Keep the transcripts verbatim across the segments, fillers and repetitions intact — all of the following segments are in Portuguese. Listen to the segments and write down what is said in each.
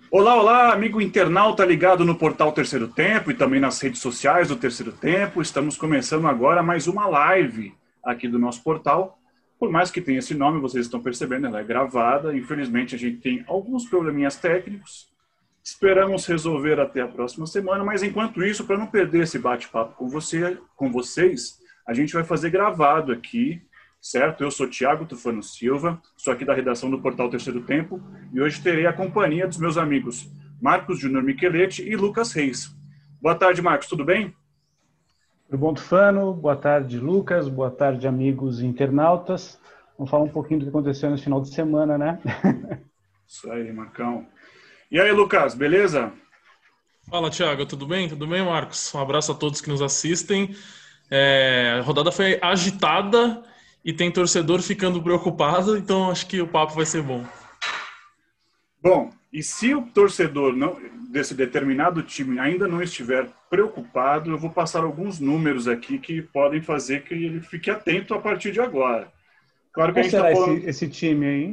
Olá, olá, amigo internauta ligado no portal Terceiro Tempo e também nas redes sociais do Terceiro Tempo. Estamos começando agora mais uma live aqui do nosso portal. Por mais que tenha esse nome, vocês estão percebendo, ela é gravada. Infelizmente, a gente tem alguns probleminhas técnicos. Esperamos resolver até a próxima semana, mas enquanto isso, para não perder esse bate-papo com você, com vocês, a gente vai fazer gravado aqui, certo? Eu sou Thiago Tufano Silva, sou aqui da redação do portal Terceiro Tempo e hoje terei a companhia dos meus amigos Marcos Júnior Micheletti e Lucas Reis. Boa tarde, Marcos, tudo bem? Tudo bom, Tufano? Boa tarde, Lucas. Boa tarde, amigos internautas. Vamos falar um pouquinho do que aconteceu nesse final de semana, né? Isso aí, Marcão. E aí, Lucas, beleza? Fala, Thiago, tudo bem? Tudo bem, Marcos? Um abraço a todos que nos assistem. É, a rodada foi agitada e tem torcedor ficando preocupado, então acho que o papo vai ser bom. Bom, e se o torcedor não, desse determinado time ainda não estiver preocupado, eu vou passar alguns números aqui que podem fazer que ele fique atento a partir de agora. Claro que Qual a gente será tá falando, esse, esse time aí?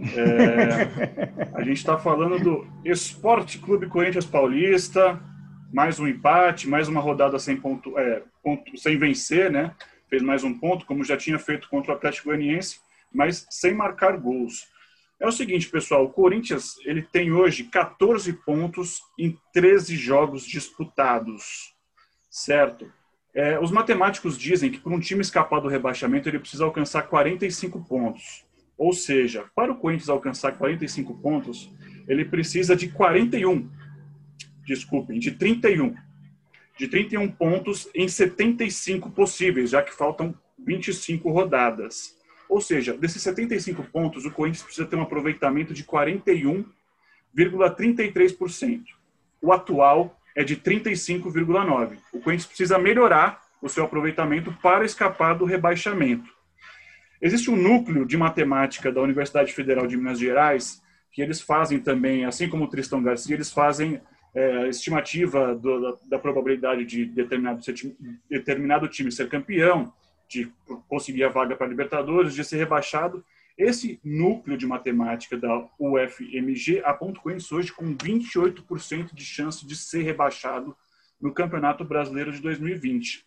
É, a gente está falando do Esporte Clube Corinthians Paulista, mais um empate, mais uma rodada sem, ponto, é, ponto, sem vencer, né? Fez mais um ponto, como já tinha feito contra o Atlético Goianiense, mas sem marcar gols. É o seguinte, pessoal, o Corinthians ele tem hoje quatorze pontos em treze jogos disputados, certo? É, os matemáticos dizem que para um time escapar do rebaixamento ele precisa alcançar quarenta e cinco pontos. Ou seja, para o Corinthians alcançar quarenta e cinco pontos, ele precisa de quarenta e um, desculpem, de trinta e um. De trinta e um pontos em setenta e cinco possíveis, já que faltam vinte e cinco rodadas. Ou seja, desses setenta e cinco pontos, o Corinthians precisa ter um aproveitamento de quarenta e um vírgula trinta e três por cento. O atual é de trinta e cinco vírgula nove por cento. O Corinthians precisa melhorar o seu aproveitamento para escapar do rebaixamento. Existe um núcleo de matemática da Universidade Federal de Minas Gerais que eles fazem também, assim como o Tristão Garcia, eles fazem é, estimativa do, da, da probabilidade de determinado, determinado time ser campeão, de conseguir a vaga para a Libertadores, de ser rebaixado. Esse núcleo de matemática da U F M G aponta o Corinthians hoje com vinte e oito por cento de chance de ser rebaixado no Campeonato Brasileiro de dois mil e vinte.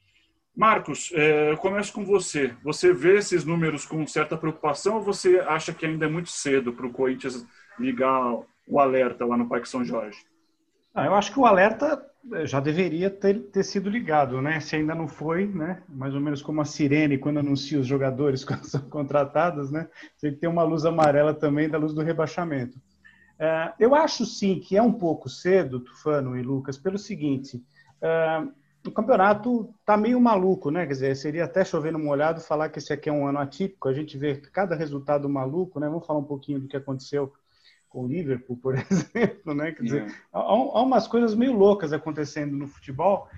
Marcos, é, eu começo com você. Você vê esses números com certa preocupação ou você acha que ainda é muito cedo para o Corinthians ligar o alerta lá no Parque São Jorge? Ah, eu acho que o alerta já deveria ter, ter sido ligado, né? Se ainda não foi, né? Mais ou menos como a sirene quando anuncia os jogadores quando são contratados, né? Tem que ter uma luz amarela também da luz do rebaixamento. É, eu acho sim que é um pouco cedo, Tufano e Lucas, pelo seguinte: é, o campeonato está meio maluco, né? Quer dizer, seria até chover no molhado falar que esse aqui é um ano atípico. A gente vê cada resultado maluco, né? Vamos falar um pouquinho do que aconteceu com o Liverpool, por exemplo, né? Quer dizer, yeah. há, há umas coisas meio loucas acontecendo no futebol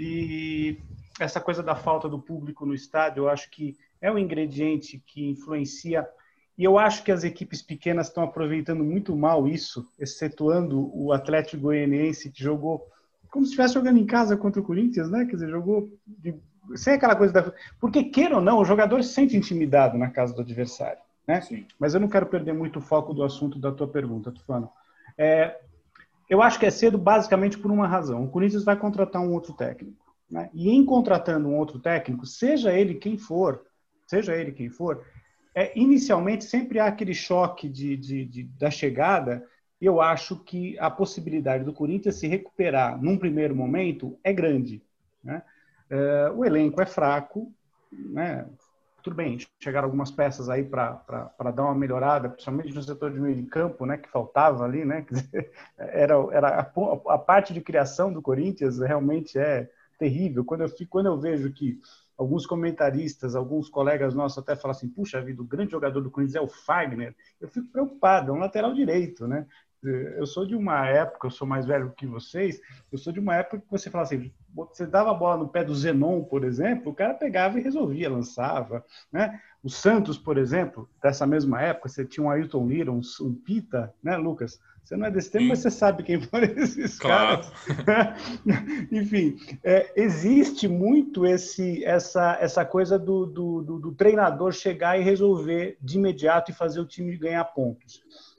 e essa coisa da falta do público no estádio, eu acho que é um ingrediente que influencia e eu acho que as equipes pequenas estão aproveitando muito mal isso, excetuando o Atlético Goianiense que jogou como se estivesse jogando em casa contra o Corinthians, né? Quer dizer, jogou de, sem aquela coisa da... Porque, queira ou não, o jogador se sente intimidado na casa do adversário. Né? Mas eu não quero perder muito o foco do assunto da tua pergunta, Tufano. É, eu acho que é cedo basicamente por uma razão. O Corinthians vai contratar um outro técnico. Né? E em contratando um outro técnico, seja ele quem for, seja ele quem for, é, inicialmente sempre há aquele choque de, de, de, da chegada. Eu acho que a possibilidade do Corinthians se recuperar num primeiro momento é grande. Né? É, o elenco é fraco, né? Tudo bem, chegaram algumas peças aí para dar uma melhorada, principalmente no setor de meio de campo, né, que faltava ali, né, quer dizer, era, era a, a parte de criação do Corinthians realmente é terrível. Quando eu, fico, quando eu vejo que alguns comentaristas, alguns colegas nossos até falam assim, puxa vida, o grande jogador do Corinthians é o Fagner, eu fico preocupado, é um lateral direito, né? Eu sou de uma época, eu sou mais velho que vocês, eu sou de uma época que você fala assim, você dava a bola no pé do Zenon, por exemplo, o cara pegava e resolvia, lançava, né? O Santos, por exemplo, dessa mesma época, você tinha um Ailton Lira, um, um Pita, né, Lucas? Você não é desse tempo, mas você sabe quem foram esses claro. caras. Enfim, é, existe muito esse, essa, essa coisa do, do, do, do treinador chegar e resolver de imediato e fazer o time ganhar pontos.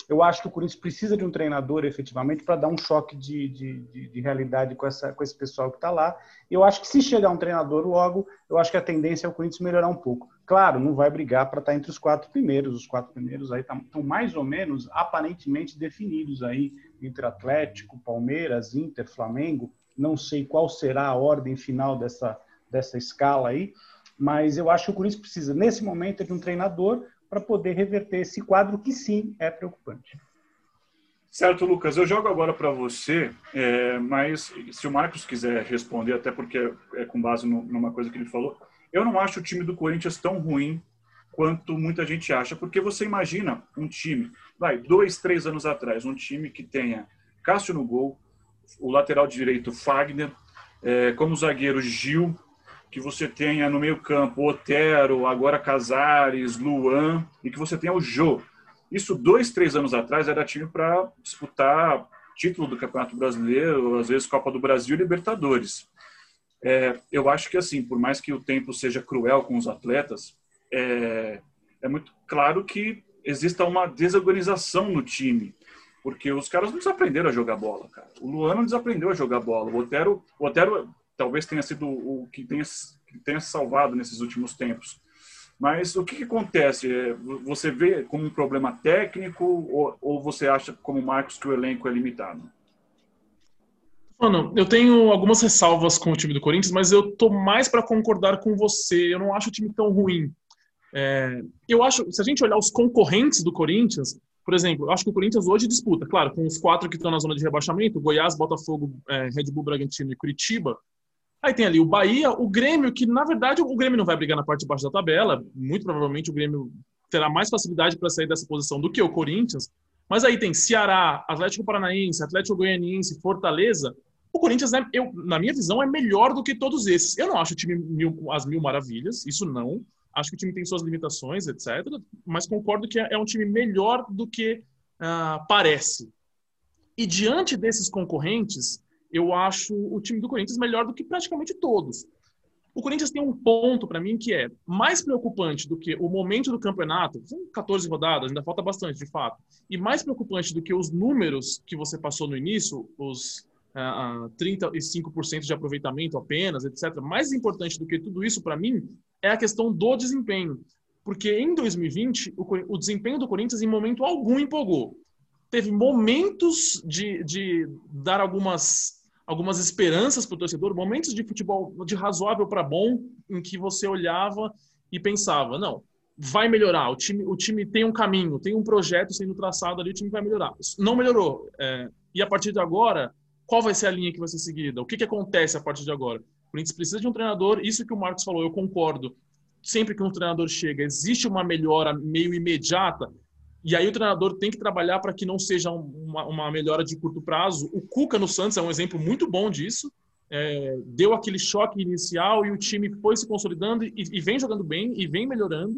Eu acho que o Corinthians precisa de um treinador, efetivamente, para dar um choque de, de, de, de realidade com, essa, com esse pessoal que está lá. Eu acho que se chegar um treinador logo, eu acho que a tendência é o Corinthians melhorar um pouco. Claro, não vai brigar para estar entre os quatro primeiros. Os quatro primeiros aí estão mais ou menos, aparentemente, definidos aí entre Atlético, Palmeiras, Inter, Flamengo. Não sei qual será a ordem final dessa, dessa escala aí, mas eu acho que o Corinthians precisa, nesse momento, de um treinador para poder reverter esse quadro que, sim, é preocupante. Certo, Lucas. Eu jogo agora para você, é, mas se o Marcos quiser responder, até porque é com base no, numa coisa que ele falou, eu não acho o time do Corinthians tão ruim quanto muita gente acha, porque você imagina um time, vai, dois, três anos atrás, um time que tenha Cássio no gol, o lateral direito Fagner, é, como zagueiro Gil, que você tenha no meio campo Otero, agora Casares, Luan, e que você tenha o Jô. Isso dois, três anos atrás era time para disputar título do Campeonato Brasileiro, às vezes Copa do Brasil e Libertadores. É, eu acho que, assim, por mais que o tempo seja cruel com os atletas, é, é muito claro que exista uma desorganização no time, porque os caras não desaprenderam a jogar bola, cara. O Luan não desaprendeu a jogar bola. O Otero, o Otero talvez tenha sido o que tenha, que tenha salvado nesses últimos tempos. Mas o que, que acontece? Você vê como um problema técnico ou, ou você acha, como Marcos, que o elenco é limitado? Mano, eu tenho algumas ressalvas com o time do Corinthians, mas eu tô mais para concordar com você. Eu não acho o time tão ruim. É, eu acho, se a gente olhar os concorrentes do Corinthians, por exemplo, eu acho que o Corinthians hoje disputa, claro, com os quatro que estão na zona de rebaixamento, Goiás, Botafogo, é, Red Bull, Bragantino e Curitiba. Aí tem ali o Bahia, o Grêmio, que na verdade o Grêmio não vai brigar na parte de baixo da tabela, muito provavelmente o Grêmio terá mais facilidade para sair dessa posição do que o Corinthians, mas aí tem Ceará, Atlético Paranaense, Atlético Goianiense, Fortaleza. O Corinthians, né, eu, na minha visão, é melhor do que todos esses. Eu não acho o time mil, as mil maravilhas, isso não. Acho que o time tem suas limitações, etcétera. Mas concordo que é um time melhor do que uh, parece. E diante desses concorrentes, eu acho o time do Corinthians melhor do que praticamente todos. O Corinthians tem um ponto, para mim, que é mais preocupante do que o momento do campeonato. São catorze rodadas, ainda falta bastante, de fato. E mais preocupante do que os números que você passou no início, os uh, trinta e cinco por cento de aproveitamento apenas, etcétera. Mais importante do que tudo isso, para mim, é a questão do desempenho. Porque em dois mil e vinte, o, o desempenho do Corinthians, em momento algum, empolgou. Teve momentos de, de dar algumas... algumas esperanças para o torcedor, momentos de futebol de razoável para bom, em que você olhava e pensava, não, vai melhorar, o time, o time tem um caminho, tem um projeto sendo traçado ali, o time vai melhorar. Não melhorou. É, e a partir de agora, qual vai ser a linha que vai ser seguida? O que, que acontece a partir de agora? O Corinthians precisa de um treinador, isso que o Marcos falou, eu concordo. Sempre que um treinador chega, existe uma melhora meio imediata, e aí o treinador tem que trabalhar para que não seja uma, uma melhora de curto prazo. O Cuca no Santos é um exemplo muito bom disso. É, deu aquele choque inicial e o time foi se consolidando e, e vem jogando bem e vem melhorando.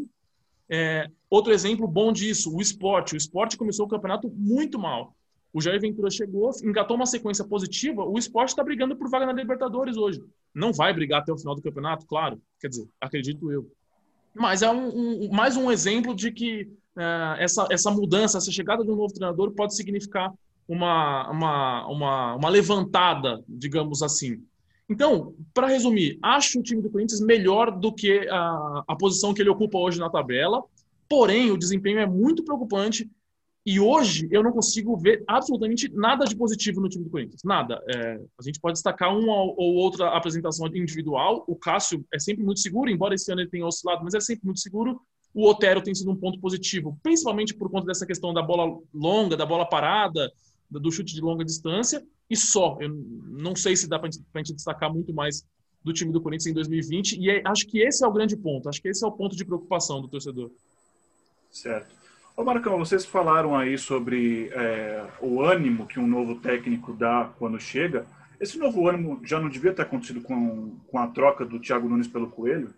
É, outro exemplo bom disso, o Sport. O Sport começou o campeonato muito mal. O Jair Ventura chegou, engatou uma sequência positiva. O Sport está brigando por vaga na Libertadores hoje. Não vai brigar até o final do campeonato, claro. Quer dizer, acredito eu. Mas é um, um, mais um exemplo de que Uh, essa, essa mudança, essa chegada de um novo treinador pode significar uma, uma, uma, uma levantada, digamos assim. Então, para resumir, acho o time do Corinthians melhor do que a, a posição que ele ocupa hoje na tabela, porém o desempenho é muito preocupante e hoje eu não consigo ver absolutamente nada de positivo no time do Corinthians, nada. É, a gente pode destacar uma ou outra apresentação individual, o Cássio é sempre muito seguro, embora esse ano ele tenha oscilado, mas é sempre muito seguro. O Otero tem sido um ponto positivo, principalmente por conta dessa questão da bola longa, da bola parada, do chute de longa distância, e só. Eu não sei se dá para a gente destacar muito mais do time do Corinthians em dois mil e vinte, e é, acho que esse é o grande ponto, acho que esse é o ponto de preocupação do torcedor. Certo. Ô Marcão, vocês falaram aí sobre é, o ânimo que um novo técnico dá quando chega. Esse novo ânimo já não devia ter acontecido com, com a troca do Thiago Nunes pelo Coelho?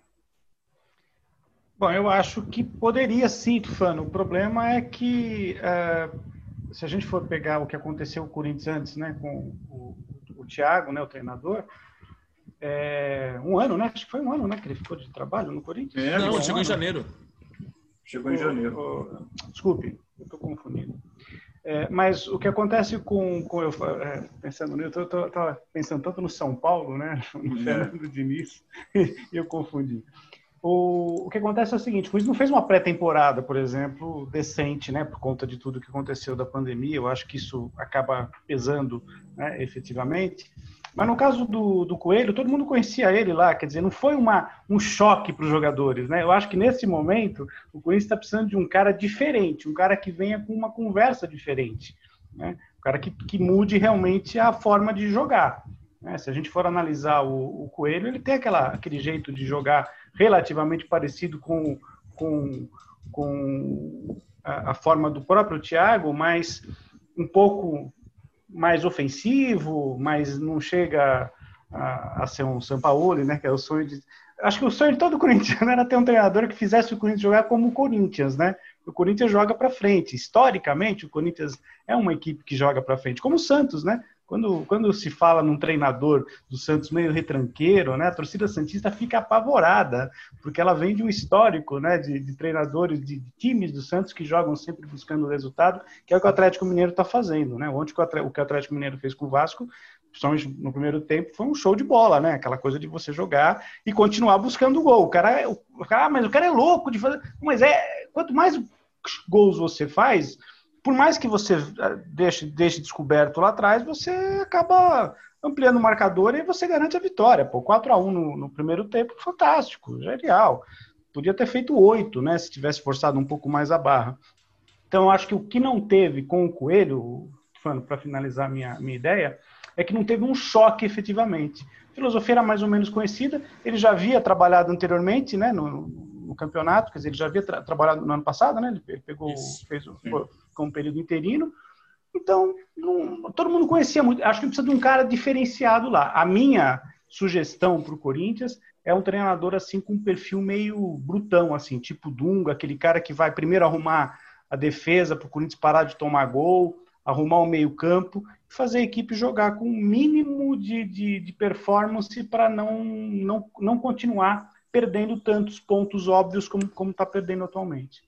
Bom, eu acho que poderia sim, Tufano. O problema é que, uh, se a gente for pegar o que aconteceu com o Corinthians antes, né, com o, o Thiago, né, o treinador, é, um ano, né? Acho que foi um ano, né, que ele ficou de trabalho no Corinthians. É, não, um chegou ano. em janeiro. Chegou em o, janeiro. O, desculpe, Eu estou confundindo. É, mas o que acontece com... com eu, é, pensando, eu estava pensando tanto no São Paulo, né? No Fernando Diniz, e eu confundi. O, o que acontece é o seguinte, o Corinthians não fez uma pré-temporada, por exemplo, decente, né? Por conta de tudo que aconteceu da pandemia. Eu acho que isso acaba pesando, né, efetivamente. Mas no caso do, do Coelho, todo mundo conhecia ele lá, quer dizer, não foi uma, um choque para os jogadores, né? Eu acho que nesse momento o Corinthians está precisando de um cara diferente, um cara que venha com uma conversa diferente, né? Um cara que, que mude realmente a forma de jogar, né? Se a gente for analisar o, o Coelho, ele tem aquela, aquele jeito de jogar relativamente parecido com, com, com a, a forma do próprio Thiago, mas um pouco mais ofensivo, mas não chega a, a ser um Sampaoli, né? Que é o sonho de... Acho que o sonho de todo corintiano era ter um treinador que fizesse o Corinthians jogar como o Corinthians, né? O Corinthians joga para frente. Historicamente, o Corinthians é uma equipe que joga para frente, como o Santos, né? Quando, quando se fala num treinador do Santos meio retranqueiro, né, a torcida santista fica apavorada, porque ela vem de um histórico, né, de, de treinadores, de, de times do Santos que jogam sempre buscando o resultado, que é o que o Atlético Mineiro está fazendo. Né? Ontem o que o Atlético Mineiro fez com o Vasco, principalmente no primeiro tempo, foi um show de bola, né? Aquela coisa de você jogar e continuar buscando o gol. O cara, o, o cara, ah, mas o cara é louco de fazer... Mas é, quanto mais gols você faz... Por mais que você deixe, deixe descoberto lá atrás, você acaba ampliando o marcador e você garante a vitória. Pô, quatro a um no, no primeiro tempo, fantástico, genial. Podia ter feito oito, né, se tivesse forçado um pouco mais a barra. Então, eu acho que o que não teve com o Coelho, para finalizar a minha, minha ideia, é que não teve um choque efetivamente. A filosofia era mais ou menos conhecida, ele já havia trabalhado anteriormente, né, no, no campeonato, quer dizer, ele já havia tra- trabalhado no ano passado, né, ele pegou, Isso, fez o... com um período interino, então não, todo mundo conhecia muito, acho que precisa de um cara diferenciado lá. A minha sugestão para o Corinthians é um treinador assim com um perfil meio brutão, assim, tipo Dunga, aquele cara que vai primeiro arrumar a defesa para o Corinthians parar de tomar gol, arrumar o meio campo, e fazer a equipe jogar com um mínimo de, de, de performance para não, não, não continuar perdendo tantos pontos óbvios como está perdendo atualmente.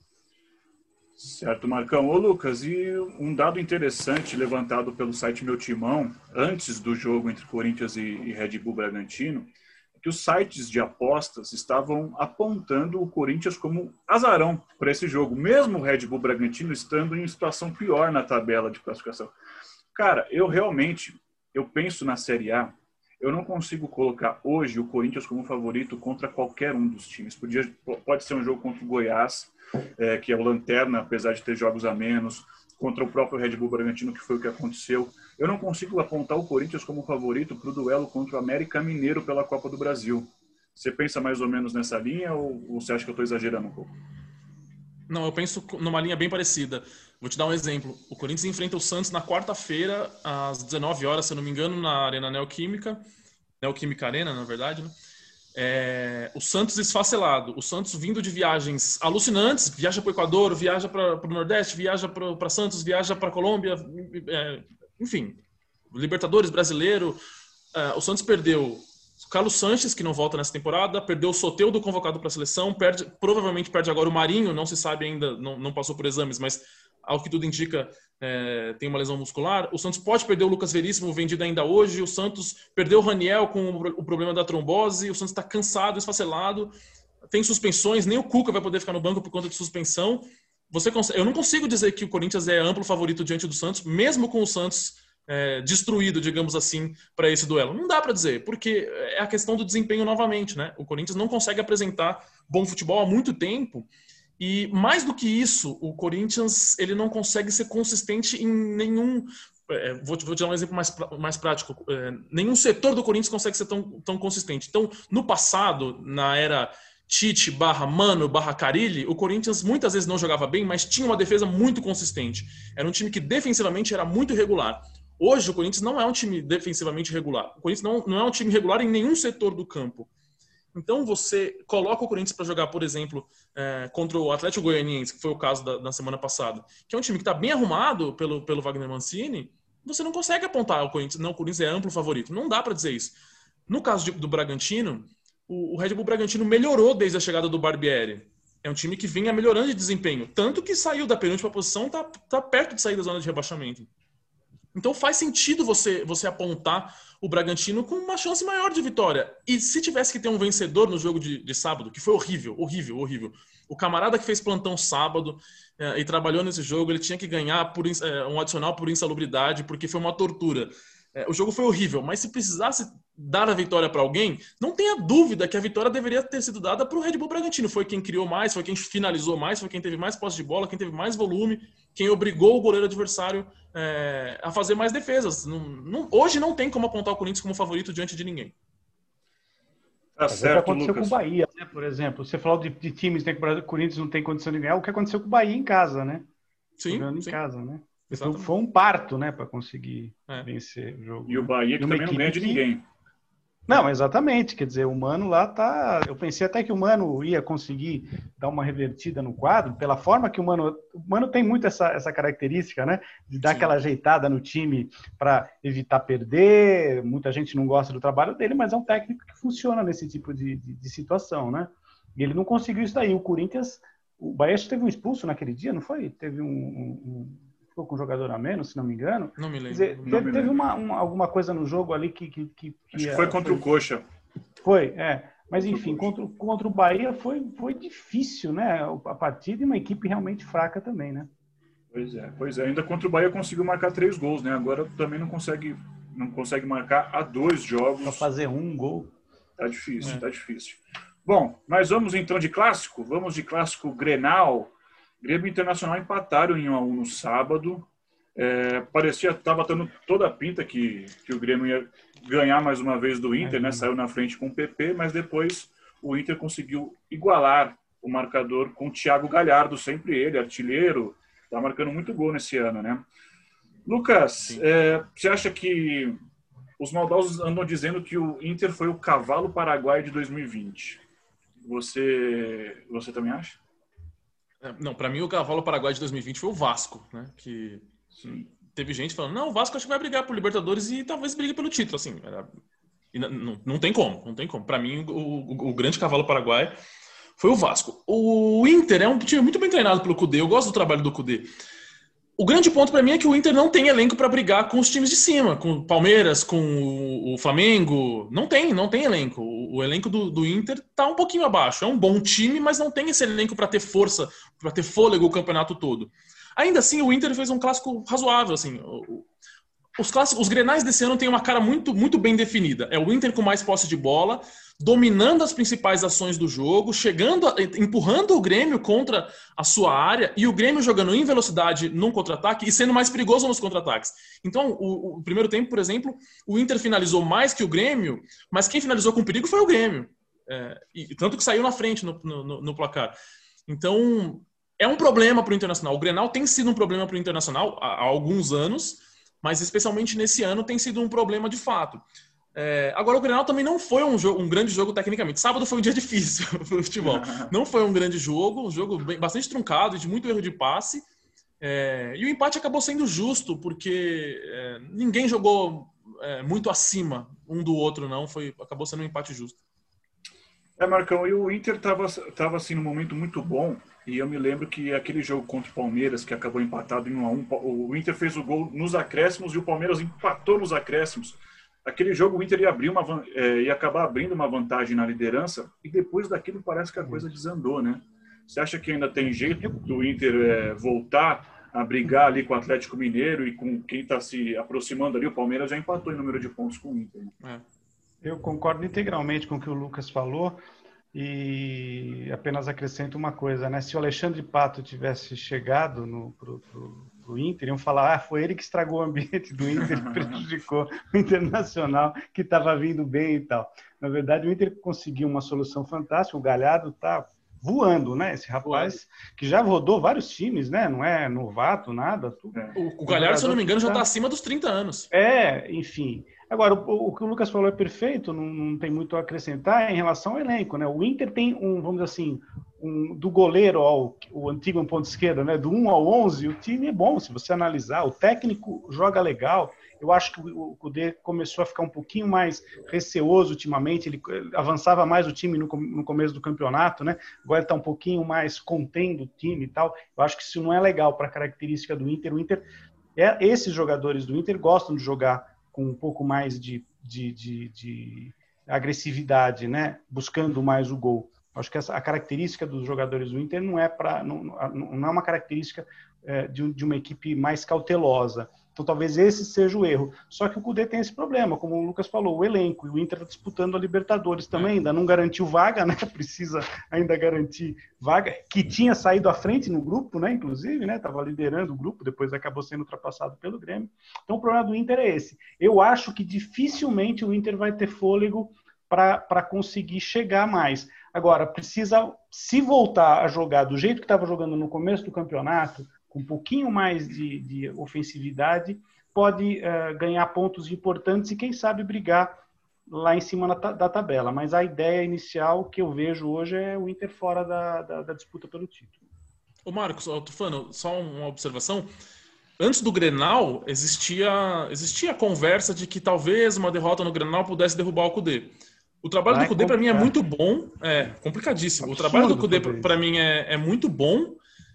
Certo, Marcão. Ô, Lucas, e um dado interessante levantado pelo site Meu Timão, antes do jogo entre Corinthians e, e Red Bull Bragantino, é que os sites de apostas estavam apontando o Corinthians como azarão para esse jogo, mesmo o Red Bull Bragantino estando em situação pior na tabela de classificação. Cara, eu realmente, eu penso na Série A, eu não consigo colocar hoje o Corinthians como favorito contra qualquer um dos times. Podia, pode ser um jogo contra o Goiás, É, que é o lanterna, apesar de ter jogos a menos, contra o próprio Red Bull Bragantino, que foi o que aconteceu. Eu não consigo apontar o Corinthians como favorito para o duelo contra o América Mineiro pela Copa do Brasil. Você pensa mais ou menos nessa linha ou, ou você acha que eu estou exagerando um pouco? Não, eu penso numa linha bem parecida. Vou te dar um exemplo. O Corinthians enfrenta o Santos na quarta-feira, às dezenove horas, se eu não me engano, na Arena Neoquímica. Neoquímica Arena, na verdade, né? É, o Santos esfacelado, o Santos vindo de viagens alucinantes, viaja para o Equador, viaja para o Nordeste, viaja para Santos, viaja para Colômbia, é, enfim, Libertadores brasileiro. É, o Santos perdeu Carlos Sanches, que não volta nessa temporada, perdeu o Soteldo convocado para a seleção, perde, provavelmente perde agora o Marinho, não se sabe ainda, não, não passou por exames, mas ao que tudo indica, é, tem uma lesão muscular. O Santos pode perder o Lucas Veríssimo, vendido ainda hoje. O Santos perdeu o Raniel com o problema da trombose. O Santos está cansado, esfacelado. Tem suspensões, nem o Cuca vai poder ficar no banco por conta de suspensão. Você consegue... Eu não consigo dizer que o Corinthians é amplo favorito diante do Santos, mesmo com o Santos é, destruído, digamos assim, para esse duelo. Não dá para dizer, porque é a questão do desempenho novamente, né? O Corinthians não consegue apresentar bom futebol há muito tempo. E mais do que isso, o Corinthians ele não consegue ser consistente em nenhum... É, vou, te, vou te dar um exemplo mais, mais prático. É, nenhum setor do Corinthians consegue ser tão, tão consistente. Então, no passado, na era Tite barra Mano barra Carille, o Corinthians muitas vezes não jogava bem, mas tinha uma defesa muito consistente. Era um time que defensivamente era muito irregular. Hoje, o Corinthians não é um time defensivamente regular. O Corinthians não, não é um time regular em nenhum setor do campo. Então, você coloca o Corinthians para jogar, por exemplo, é, contra o Atlético Goianiense, que foi o caso da, da semana passada, que é um time que está bem arrumado pelo, pelo Wagner Mancini, você não consegue apontar o Corinthians. Não, o Corinthians é amplo favorito. Não dá para dizer isso. No caso de, do Bragantino, o, o Red Bull Bragantino melhorou desde a chegada do Barbieri. É um time que vinha melhorando de desempenho. Tanto que saiu da penúltima posição, tá, tá perto de sair da zona de rebaixamento. Então faz sentido você, você apontar o Bragantino com uma chance maior de vitória. E se tivesse que ter um vencedor no jogo de, de sábado, que foi horrível, horrível, horrível. O camarada que fez plantão sábado é, e trabalhou nesse jogo, ele tinha que ganhar por, é, um adicional por insalubridade, porque foi uma tortura. É, o jogo foi horrível, mas se precisasse dar a vitória para alguém, não tenha dúvida que a vitória deveria ter sido dada para o Red Bull Bragantino. Foi quem criou mais, foi quem finalizou mais, foi quem teve mais posse de bola, quem teve mais volume, quem obrigou o goleiro adversário é, a fazer mais defesas. Não, não, hoje não tem como apontar o Corinthians como favorito diante de ninguém. Tá certo, o que aconteceu Lucas. com o Bahia, né? Por exemplo, você falou de, de times que o Corinthians não tem condição de ganhar, o que aconteceu com o Bahia em casa, né? Sim, Jogando sim. em casa, né? Exatamente. Foi um parto, né, para conseguir É. vencer o jogo. E o né? Bahia que uma também não equipe ganha de que- ninguém. Não, exatamente. Quer dizer, o Mano lá tá. Eu pensei até que o Mano ia conseguir dar uma revertida no quadro, pela forma que o Mano. O Mano tem muito essa, essa característica, né? De dar Sim. aquela ajeitada no time para evitar perder. Muita gente não gosta do trabalho dele, mas é um técnico que funciona nesse tipo de, de, de situação, né? E ele não conseguiu isso daí. O Corinthians. O Bahia teve um expulso naquele dia, não foi? Teve um. um, um ficou com um jogador a menos, se não me engano. Não me Quer lembro. dizer, Não teve, me teve lembro. uma, uma- alguma coisa no jogo ali que. que, que, Acho que foi contra o Coxa. Foi, é. Mas, Contra o enfim, Coxa. contra, o- contra o Bahia foi, foi difícil, né? A partida e uma equipe realmente fraca também, né? Pois é, pois é. Ainda contra o Bahia conseguiu marcar três gols, né? Agora também não consegue, não consegue marcar a dois jogos. Só fazer um gol. Tá difícil, É. tá difícil. Bom, mas vamos então de clássico? Vamos de clássico Grenal. Grêmio e Internacional empataram em um a um no sábado. É, parecia, estava dando toda a pinta que, que o Grêmio ia ganhar mais uma vez do Inter, né? Saiu na frente com o P P, mas depois o Inter conseguiu igualar o marcador com o Thiago Galhardo, sempre ele, artilheiro, tá marcando muito gol nesse ano, né? Lucas, é, você acha que os maldosos andam dizendo que o Inter foi o cavalo paraguaio de dois mil e vinte? Você, você também acha? É, Não, pra mim o cavalo paraguai de dois mil e vinte foi o Vasco, né? Que Sim. teve gente falando, não, o Vasco acho que vai brigar por Libertadores e talvez brigue pelo título, assim. Era... e não, não, não tem como, não tem como. Pra mim, o, o, o grande cavalo paraguai foi o Vasco. O Inter é um time muito bem treinado pelo Cudê, eu gosto do trabalho do Cudê. O grande ponto pra mim é que o Inter não tem elenco pra brigar com os times de cima, com o Palmeiras, com o, o Flamengo. Não tem, não tem elenco. O, o elenco do, do Inter tá um pouquinho abaixo. É um bom time, mas não tem esse elenco pra ter força, pra ter fôlego o campeonato todo. Ainda assim, o Inter fez um clássico razoável, assim. O- Os clássicos, os Grenais desse ano têm uma cara muito, muito bem definida. É o Inter com mais posse de bola, dominando as principais ações do jogo, chegando, a- empurrando o Grêmio contra a sua área e o Grêmio jogando em velocidade num contra-ataque e sendo mais perigoso nos contra-ataques. Então, o, o primeiro tempo, por exemplo, o Inter finalizou mais que o Grêmio, mas quem finalizou com perigo foi o Grêmio. É, e tanto que saiu na frente no, no, no placar. Então, é um problema para o Internacional. O Grenal tem sido um problema para o Internacional há, há alguns anos, mas especialmente nesse ano tem sido um problema de fato. É, agora, o Grenal também não foi um, jogo, um grande jogo tecnicamente. Sábado foi um dia difícil para o futebol. Não foi um grande jogo, um jogo bem, bastante truncado, de muito erro de passe. É, e o empate acabou sendo justo, porque é, ninguém jogou é, muito acima um do outro, não. Foi, acabou sendo um empate justo. É, Marcão, e o Inter estava tava, assim, num momento muito bom, e eu me lembro que aquele jogo contra o Palmeiras, que acabou empatado em um a um, o Inter fez o gol nos acréscimos e o Palmeiras empatou nos acréscimos. Aquele jogo o Inter ia, abrir uma, é, ia acabar abrindo uma vantagem na liderança, e depois daquilo parece que a coisa desandou, né? Você acha que ainda tem jeito do Inter é, voltar a brigar ali com o Atlético Mineiro e com quem está se aproximando ali? O Palmeiras já empatou em número de pontos com o Inter. Né? É. Eu concordo integralmente com o que o Lucas falou e apenas acrescento uma coisa, né? Se o Alexandre Pato tivesse chegado no pro, pro, pro Inter, iam falar, ah, foi ele que estragou o ambiente do Inter e prejudicou o Internacional, que estava vindo bem e tal. Na verdade, o Inter conseguiu uma solução fantástica, o Galhardo está voando, né? Esse rapaz que já rodou vários times, né? Não é novato, nada. Tudo. É. O, o Galhardo, se eu não me engano, já tá está acima dos trinta anos. É, enfim. Agora, o, o que o Lucas falou é perfeito, não, não tem muito a acrescentar em relação ao elenco, né? O Inter tem um, vamos dizer assim, um, do goleiro ao o antigo ponto esquerdo, né, do um ao onze, o time é bom, se você analisar. O técnico joga legal. Eu acho que o Kudê começou a ficar um pouquinho mais receoso ultimamente, ele avançava mais o time no, no começo do campeonato, né? Agora ele está um pouquinho mais contendo o time e tal. Eu acho que isso não é legal para a característica do Inter. O Inter, é, esses jogadores do Inter gostam de jogar com um pouco mais de, de, de, de agressividade, né? Buscando mais o gol. Acho que essa, a característica dos jogadores do Inter não é, pra, não, não é uma característica é, de, de uma equipe mais cautelosa. Então, talvez esse seja o erro. Só que o Kudê tem esse problema, como o Lucas falou, o elenco. E o Inter está disputando a Libertadores também, ainda não garantiu vaga, né? Precisa ainda garantir vaga, que tinha saído à frente no grupo, né? Inclusive, né? Estava liderando o grupo, depois acabou sendo ultrapassado pelo Grêmio. Então, o problema do Inter é esse. Eu acho que dificilmente o Inter vai ter fôlego para conseguir chegar mais. Agora, precisa, se voltar a jogar do jeito que estava jogando no começo do campeonato, com um pouquinho mais de, de ofensividade, pode uh, ganhar pontos importantes e, quem sabe, brigar lá em cima na, da tabela. Mas a ideia inicial que eu vejo hoje é o Inter fora da, da, da disputa pelo título. Ô Marcos, ô Tufano, só uma observação. Antes do Grenal, existia, existia a conversa de que talvez uma derrota no Grenal pudesse derrubar o Kudê. O trabalho Vai do Kudê, para mim, é muito bom. É complicadíssimo. Absurdo. O trabalho do Kudê, para mim, é, é muito bom.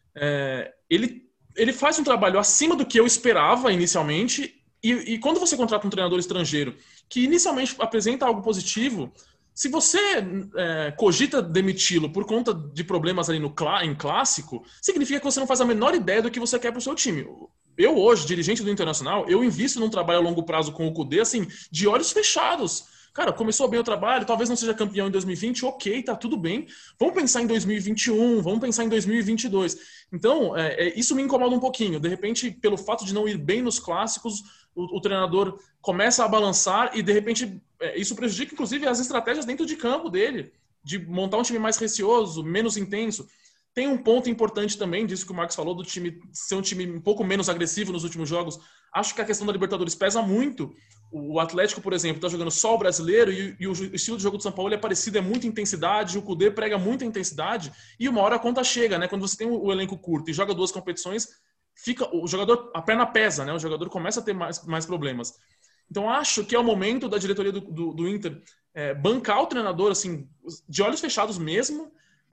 É, ele Ele faz um trabalho acima do que eu esperava inicialmente, e, e quando você contrata um treinador estrangeiro que inicialmente apresenta algo positivo, se você é, cogita demiti-lo por conta de problemas ali no clá, em clássico, significa que você não faz a menor ideia do que você quer para o seu time. Eu hoje, dirigente do Internacional, eu invisto num trabalho a longo prazo com o Kudê, assim, de olhos fechados. Cara, começou bem o trabalho, talvez não seja campeão em dois mil e vinte, ok, tá tudo bem. Vamos pensar em dois mil e vinte e um, vamos pensar em dois mil e vinte e dois. Então, é, é, isso me incomoda um pouquinho. De repente, pelo fato de não ir bem nos clássicos, o, o treinador começa a balançar e, de repente, é, isso prejudica, inclusive, as estratégias dentro de campo dele, de montar um time mais receoso, menos intenso. Tem um ponto importante também, disso que o Marcos falou, do time ser um time um pouco menos agressivo nos últimos jogos. Acho que a questão da Libertadores pesa muito. O Atlético, por exemplo, está jogando só o brasileiro e, e o estilo de jogo do São Paulo é parecido, é muita intensidade, o Kudê prega muita intensidade e uma hora a conta chega, né? Quando você tem o elenco curto e joga duas competições, fica, o jogador, a perna pesa, né? O jogador começa a ter mais, mais problemas. Então, acho que é o momento da diretoria do, do, do Inter é, bancar o treinador, assim, de olhos fechados mesmo,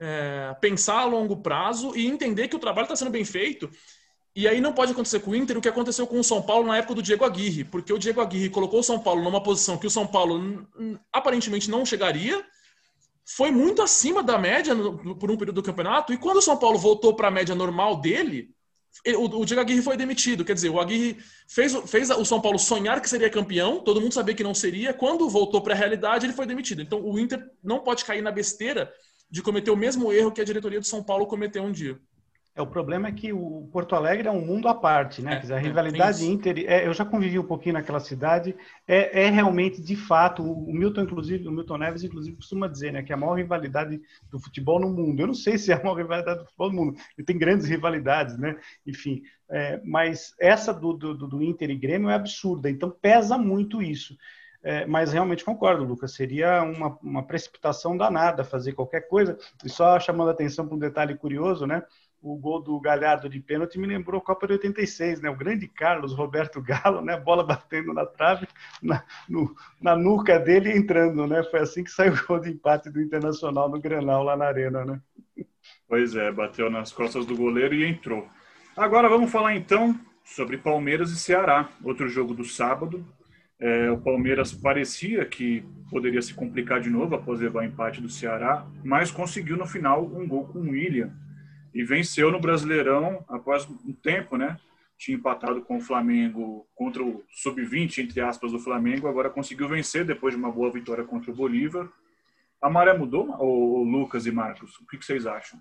é, pensar a longo prazo e entender que o trabalho está sendo bem feito. E aí não pode acontecer com o Inter o que aconteceu com o São Paulo na época do Diego Aguirre, porque o Diego Aguirre colocou o São Paulo numa posição que o São Paulo aparentemente não chegaria, foi muito acima da média no, por um período do campeonato, e quando o São Paulo voltou para a média normal dele, o, o Diego Aguirre foi demitido. Quer dizer, o Aguirre fez, fez o São Paulo sonhar que seria campeão, todo mundo sabia que não seria, quando voltou para a realidade ele foi demitido. Então o Inter não pode cair na besteira de cometer o mesmo erro que a diretoria do São Paulo cometeu um dia. É, o problema é que o Porto Alegre é um mundo à parte, né? É, Quer dizer, a é, rivalidade Inter, é, eu já convivi um pouquinho naquela cidade, é, é realmente, de fato, o Milton, inclusive, o Milton Neves, inclusive, costuma dizer, né, que é a maior rivalidade do futebol no mundo. Eu não sei se é a maior rivalidade do futebol no mundo, ele tem grandes rivalidades, né? Enfim, é, mas essa do, do, do Inter e Grêmio é absurda, então pesa muito isso. É, mas realmente concordo, Lucas, seria uma, uma precipitação danada fazer qualquer coisa, e só chamando a atenção para um detalhe curioso, né? O gol do Galhardo de pênalti me lembrou a Copa de oitenta e seis, né? O grande Carlos Roberto Galo, né? Bola batendo na trave, na, no, na nuca dele e entrando, né? Foi assim que saiu o gol de empate do Internacional no Grenal, lá na Arena, né? Pois é, bateu nas costas do goleiro e entrou. Agora vamos falar então sobre Palmeiras e Ceará, outro jogo do sábado. É, o Palmeiras parecia que poderia se complicar de novo após levar o empate do Ceará, mas conseguiu no final um gol com o William. E venceu no Brasileirão após um tempo, né? Tinha empatado com o Flamengo contra o sub vinte, entre aspas, do Flamengo. Agora conseguiu vencer depois de uma boa vitória contra o Bolívar. A maré mudou, ou Lucas e Marcos? O que vocês acham?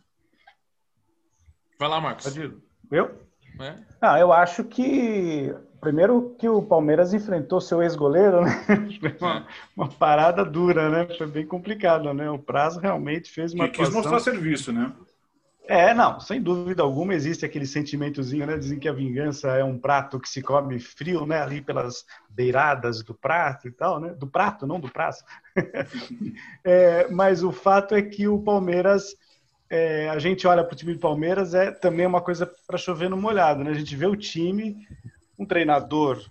Vai lá, Marcos. Eu? É? Ah, eu acho que... Primeiro que o Palmeiras enfrentou seu ex-goleiro, né? Foi uma, uma parada dura, né? Foi bem complicado, né? O Prazo realmente fez uma que quis atuação... mostrar serviço, né? É, não, sem dúvida alguma existe aquele sentimentozinho, né? Dizem que a vingança é um prato que se come frio, né? Ali pelas beiradas do prato e tal, né? Do prato, não do prazo. É, mas o fato é que o Palmeiras é, a gente olha para o time do Palmeiras, é também uma coisa para chover no molhado, né? A gente vê o time, um treinador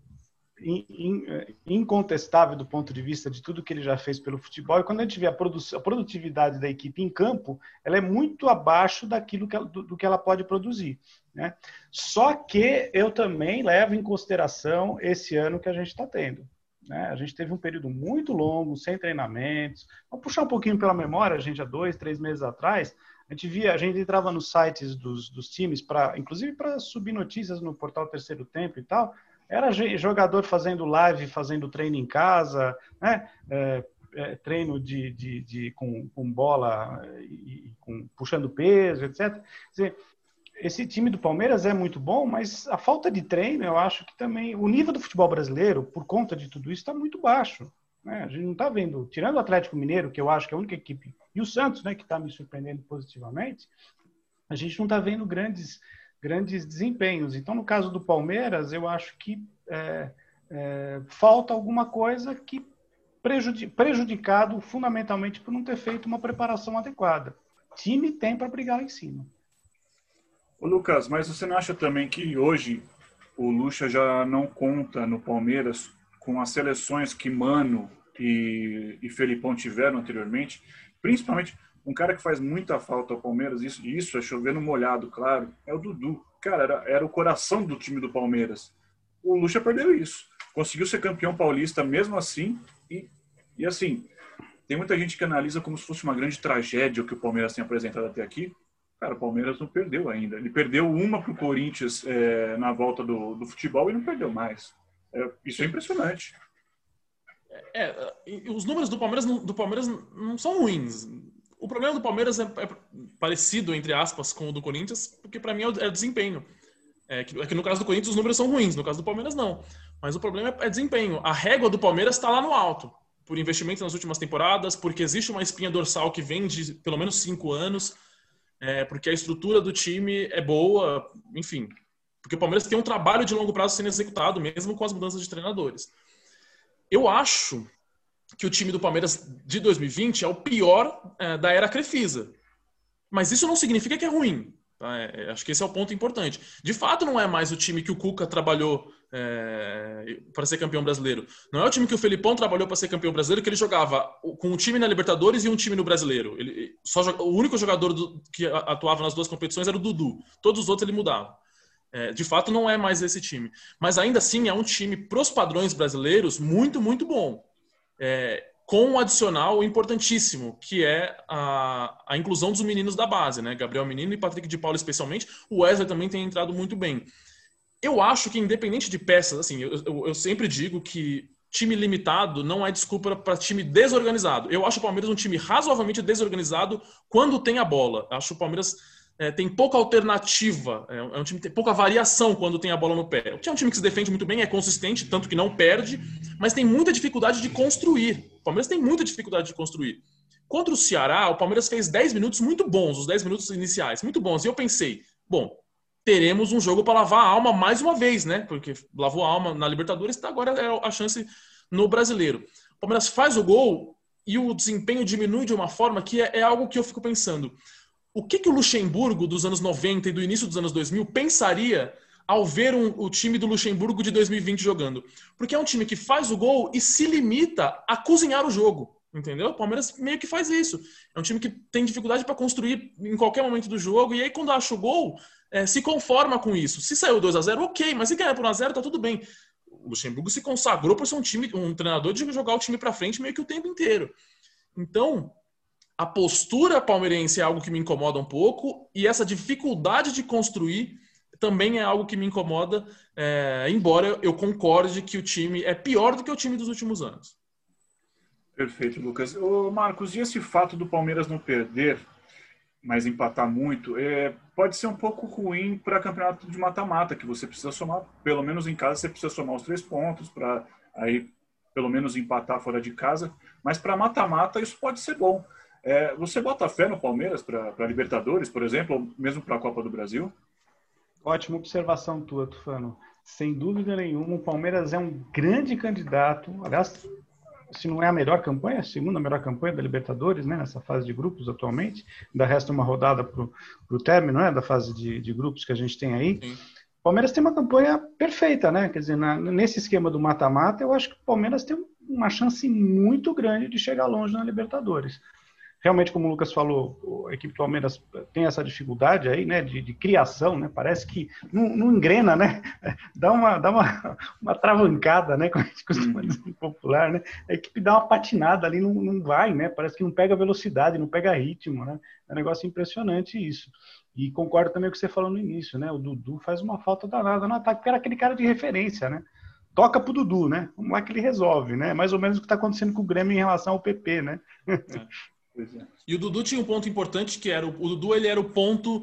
incontestável do ponto de vista de tudo que ele já fez pelo futebol, e quando a gente vê a, a produtividade da equipe em campo, ela é muito abaixo daquilo que ela, do, do que ela pode produzir, né? Só que eu também levo em consideração esse ano que a gente está tendo, né? A gente teve um período muito longo, sem treinamentos. Vamos puxar um pouquinho pela memória, a gente há dois, três meses atrás, a gente via, a gente entrava nos sites dos, dos times, pra, inclusive para subir notícias no portal Terceiro Tempo e tal. Era jogador fazendo live, fazendo treino em casa, né? É, é, treino de, de, de, com, com bola, e, com, puxando peso, etcétera. Quer dizer, esse time do Palmeiras é muito bom, mas a falta de treino, eu acho que também... O nível do futebol brasileiro, por conta de tudo isso, está muito baixo, né? A gente não está vendo... Tirando o Atlético Mineiro, que eu acho que é a única equipe, e o Santos, né, que está me surpreendendo positivamente, a gente não está vendo grandes... grandes desempenhos. Então, no caso do Palmeiras, eu acho que é, é, falta alguma coisa que prejudi prejudicado fundamentalmente por não ter feito uma preparação adequada. O time tem para brigar lá em cima. Ô Lucas, mas você não acha também que hoje o Lucha já não conta no Palmeiras com as seleções que Mano e, e Felipão tiveram anteriormente? Principalmente... Um cara que faz muita falta ao Palmeiras, isso, isso é chover no molhado, claro, é o Dudu. Cara, era, era o coração do time do Palmeiras. O Lucha perdeu isso. Conseguiu ser campeão paulista mesmo assim. E, e assim, tem muita gente que analisa como se fosse uma grande tragédia o que o Palmeiras tem apresentado até aqui. Cara, o Palmeiras não perdeu ainda. Ele perdeu uma para o Corinthians é, na volta do, do futebol e não perdeu mais. É, isso é impressionante. É, os números do Palmeiras, do Palmeiras não são ruins. O problema do Palmeiras é, é parecido, entre aspas, com o do Corinthians, porque para mim é o, é o desempenho. É que, é que no caso do Corinthians os números são ruins, no caso do Palmeiras não. Mas o problema é, é desempenho. A régua do Palmeiras está lá no alto, por investimento nas últimas temporadas, porque existe uma espinha dorsal que vem de pelo menos cinco anos, é, porque a estrutura do time é boa, enfim. Porque o Palmeiras tem um trabalho de longo prazo sendo executado, mesmo com as mudanças de treinadores. Eu acho que o time do Palmeiras de dois mil e vinte é o pior é, da era Crefisa. Mas isso não significa que é ruim. Tá? É, acho que esse é o ponto importante. De fato, não é mais o time que o Cuca trabalhou é, para ser campeão brasileiro. Não é o time que o Felipão trabalhou para ser campeão brasileiro, que ele jogava com um time na Libertadores e um time no Brasileiro. Ele, só, o único jogador do, que atuava nas duas competições era o Dudu. Todos os outros ele mudava. É, de fato, não é mais esse time. Mas ainda assim, é um time, pros padrões brasileiros, muito, muito bom. É, com um adicional importantíssimo, que é a, a inclusão dos meninos da base, né? Gabriel Menino e Patrick de Paula especialmente. O Wesley também tem entrado muito bem. Eu acho que, independente de peças, assim, eu, eu, eu sempre digo que time limitado não é desculpa para time desorganizado. Eu acho o Palmeiras um time razoavelmente desorganizado quando tem a bola. Acho o Palmeiras... É, tem pouca alternativa, é um time que tem pouca variação quando tem a bola no pé. O que é um time que se defende muito bem, é consistente, tanto que não perde, mas tem muita dificuldade de construir. O Palmeiras tem muita dificuldade de construir. Contra o Ceará, o Palmeiras fez dez minutos muito bons, os dez minutos iniciais, muito bons. E eu pensei, bom, teremos um jogo para lavar a alma mais uma vez, né? Porque lavou a alma na Libertadores, agora é a chance no Brasileiro. O Palmeiras faz o gol e o desempenho diminui de uma forma que é, é algo que eu fico pensando. O que, que o Luxemburgo dos anos noventa e do início dos anos dois mil pensaria ao ver um, o time do Luxemburgo de dois mil e vinte jogando? Porque é um time que faz o gol e se limita a cozinhar o jogo, entendeu? O Palmeiras meio que faz isso. É um time que tem dificuldade para construir em qualquer momento do jogo e aí quando acha o gol, é, se conforma com isso. Se saiu dois a zero, ok, mas se ganhar por um a zero, tá tudo bem. O Luxemburgo se consagrou por ser um, time, um treinador de jogar o time para frente meio que o tempo inteiro. Então... A postura palmeirense é algo que me incomoda um pouco e essa dificuldade de construir também é algo que me incomoda, é, embora eu concorde que o time é pior do que o time dos últimos anos. Perfeito, Lucas. Ô, Marcos, e esse fato do Palmeiras não perder, mas empatar muito, é, pode ser um pouco ruim para campeonato de mata-mata, que você precisa somar, pelo menos em casa, você precisa somar os três pontos para aí pelo menos empatar fora de casa, mas para mata-mata isso pode ser bom. É, você bota fé no Palmeiras para a Libertadores, por exemplo, ou mesmo para a Copa do Brasil? Ótima observação tua, Tufano. Sem dúvida nenhuma, o Palmeiras é um grande candidato. Aliás, se não é a melhor campanha, a segunda melhor campanha da Libertadores, né, nessa fase de grupos atualmente. Ainda resta uma rodada para o término, né, da fase de, de grupos que a gente tem aí. Sim. O Palmeiras tem uma campanha perfeita, né? Quer dizer, na, nesse esquema do mata-mata, eu acho que o Palmeiras tem uma chance muito grande de chegar longe na Libertadores. Realmente, como o Lucas falou, a equipe do Palmeiras tem essa dificuldade aí, né, de, de criação, né? Parece que não, não engrena, né? Dá uma, dá uma, uma travancada, né? Como a gente costuma dizer popular, né? A equipe dá uma patinada ali, não, não vai, né? Parece que não pega velocidade, não pega ritmo, né? É um negócio impressionante isso. E concordo também com o que você falou no início, né? O Dudu faz uma falta danada no ataque, porque era aquele cara de referência, né? Toca pro Dudu, né? Vamos lá que ele resolve, né? Mais ou menos o que está acontecendo com o Grêmio em relação ao P P, né? É. E o Dudu tinha um ponto importante que era o, o Dudu ele era o ponto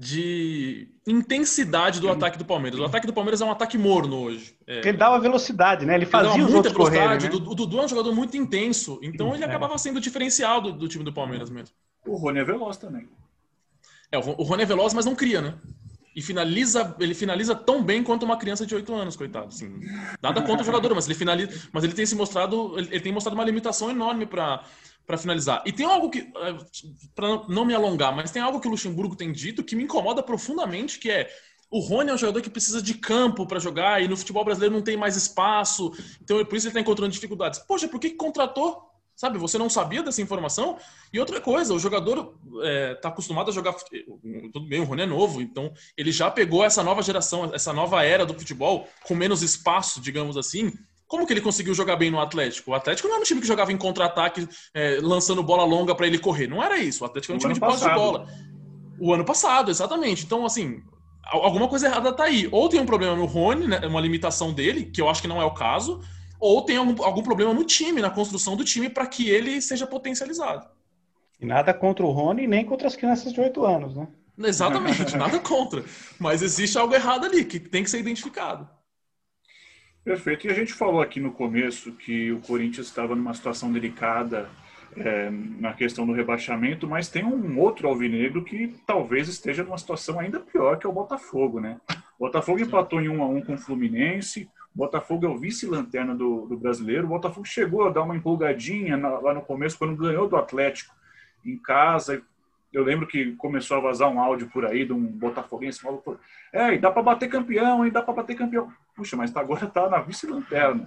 de intensidade do ataque do Palmeiras. O ataque do Palmeiras é um ataque morno hoje. É. Ele dava velocidade, né? Ele fazia ele os outros correrem, né? O Dudu é um jogador muito intenso, então Sim, ele é. acabava sendo diferencial do, do time do Palmeiras mesmo. O Rony é veloz também. É, o Rony é veloz, mas não cria, né? E finaliza, ele finaliza tão bem quanto uma criança de oito anos, coitado. Assim, nada contra o jogador, mas ele finaliza, mas ele tem se mostrado, ele tem mostrado uma limitação enorme para para finalizar. E tem algo que, para não me alongar, mas tem algo que o Luxemburgo tem dito que me incomoda profundamente, que é o Rony é um jogador que precisa de campo para jogar e no futebol brasileiro não tem mais espaço, então por isso ele está encontrando dificuldades. Poxa, por que que contratou? Sabe, você não sabia dessa informação? E outra coisa, o jogador está é, acostumado a jogar... Tudo bem, o Rony é novo, então ele já pegou essa nova geração, essa nova era do futebol com menos espaço, digamos assim. Como que ele conseguiu jogar bem no Atlético? O Atlético não era um time que jogava em contra-ataque, é, lançando bola longa para ele correr. Não era isso. O Atlético era um time de posse de bola. O ano passado, exatamente. Então, assim, alguma coisa errada tá aí. Ou tem um problema no Rony, né, uma limitação dele, que eu acho que não é o caso, ou tem algum, algum problema no time, na construção do time, para que ele seja potencializado. E nada contra o Rony, nem contra as crianças de oito anos, né? Exatamente, nada contra. Mas existe algo errado ali, que tem que ser identificado. Perfeito. E a gente falou aqui no começo que o Corinthians estava numa situação delicada é, na questão do rebaixamento, mas tem um outro alvinegro que talvez esteja numa situação ainda pior, que é o Botafogo, né? O Botafogo empatou em um a um com o Fluminense. O Botafogo é o vice-lanterna do, do brasileiro. O Botafogo chegou a dar uma empolgadinha na, lá no começo, quando ganhou do Atlético em casa. Eu lembro que começou a vazar um áudio por aí de um botafoguense maluco. É, e dá para bater campeão, e dá para bater campeão. Puxa, mas agora tá na vice-lanterna.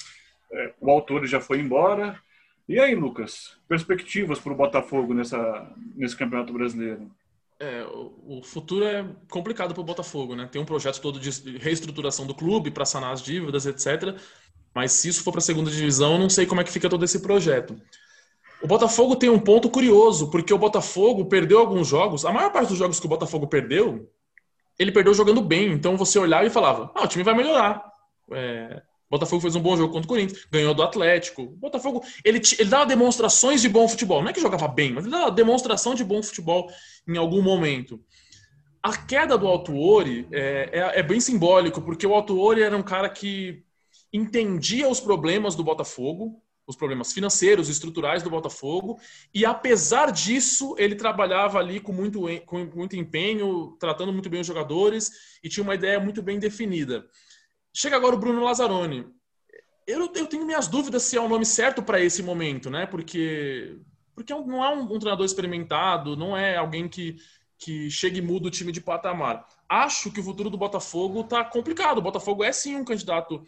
É, o autor já foi embora. E aí, Lucas? Perspectivas para o Botafogo nessa, nesse Campeonato Brasileiro? É, o, o futuro é complicado para o Botafogo, né? Tem um projeto todo de reestruturação do clube para sanar as dívidas, etcétera. Mas se isso for para a segunda divisão, eu não sei como é que fica todo esse projeto. O Botafogo tem um ponto curioso, porque o Botafogo perdeu alguns jogos. A maior parte dos jogos que o Botafogo perdeu, ele perdeu jogando bem. Então você olhava e falava, ah, o time vai melhorar. É, o Botafogo fez um bom jogo contra o Corinthians, ganhou do Atlético. O Botafogo, ele, ele dava demonstrações de bom futebol. Não é que jogava bem, mas ele dava demonstração de bom futebol em algum momento. A queda do Autuori é, é, é bem simbólico, porque o Autuori era um cara que entendia os problemas do Botafogo, os problemas financeiros e estruturais do Botafogo, e apesar disso, ele trabalhava ali com muito, com muito empenho, tratando muito bem os jogadores, e tinha uma ideia muito bem definida. Chega agora o Bruno Lazzaroni. Eu, eu tenho minhas dúvidas se é o nome certo para esse momento, né? Porque, porque não é um, um treinador experimentado, não é alguém que, que chega e muda o time de patamar. Acho que o futuro do Botafogo está complicado. O Botafogo é sim um candidato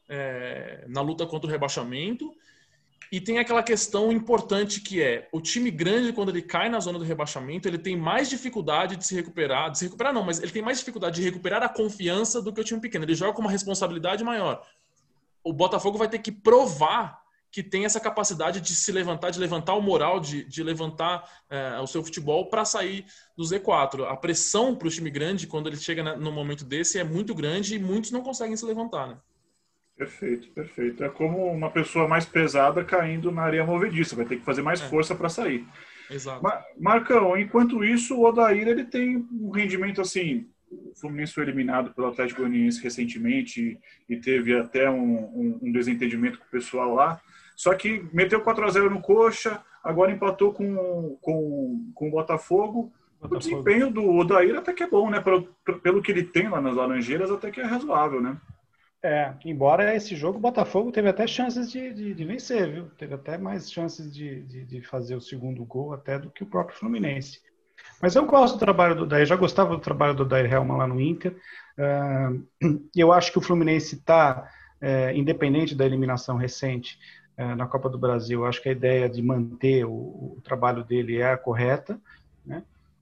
é, na luta contra o rebaixamento. E tem aquela questão importante que é, o time grande, quando ele cai na zona do rebaixamento, ele tem mais dificuldade de se recuperar, de se recuperar não, mas ele tem mais dificuldade de recuperar a confiança do que o time pequeno. Ele joga com uma responsabilidade maior. O Botafogo vai ter que provar que tem essa capacidade de se levantar, de levantar o moral, de, de levantar é, o seu futebol para sair do Z quatro. A pressão para o time grande, quando ele chega no momento desse, é muito grande e muitos não conseguem se levantar, né? Perfeito, perfeito. É como uma pessoa mais pesada caindo na areia movediça, vai ter que fazer mais é. força para sair. Exato. Mar- Marcão, enquanto isso, o Odair ele tem um rendimento assim. O Fluminense foi eliminado pelo Atlético Goianiense recentemente e, e teve até um, um, um desentendimento com o pessoal lá. Só que meteu quatro a zero no Coxa, agora empatou com, com, com o Botafogo. Botafogo. O desempenho do Odair até que é bom, né? Pelo, pelo que ele tem lá nas Laranjeiras, até que é razoável, né? É, embora esse jogo o Botafogo teve até chances de, de, de vencer, viu? Teve até mais chances de, de, de fazer o segundo gol até do que o próprio Fluminense. Mas eu gosto do trabalho do Dair, já gostava do trabalho do Dair Helman lá no Inter. Uh, eu acho que o Fluminense está, uh, independente da eliminação recente uh, na Copa do Brasil, eu acho que a ideia de manter o, o trabalho dele é a correta, né?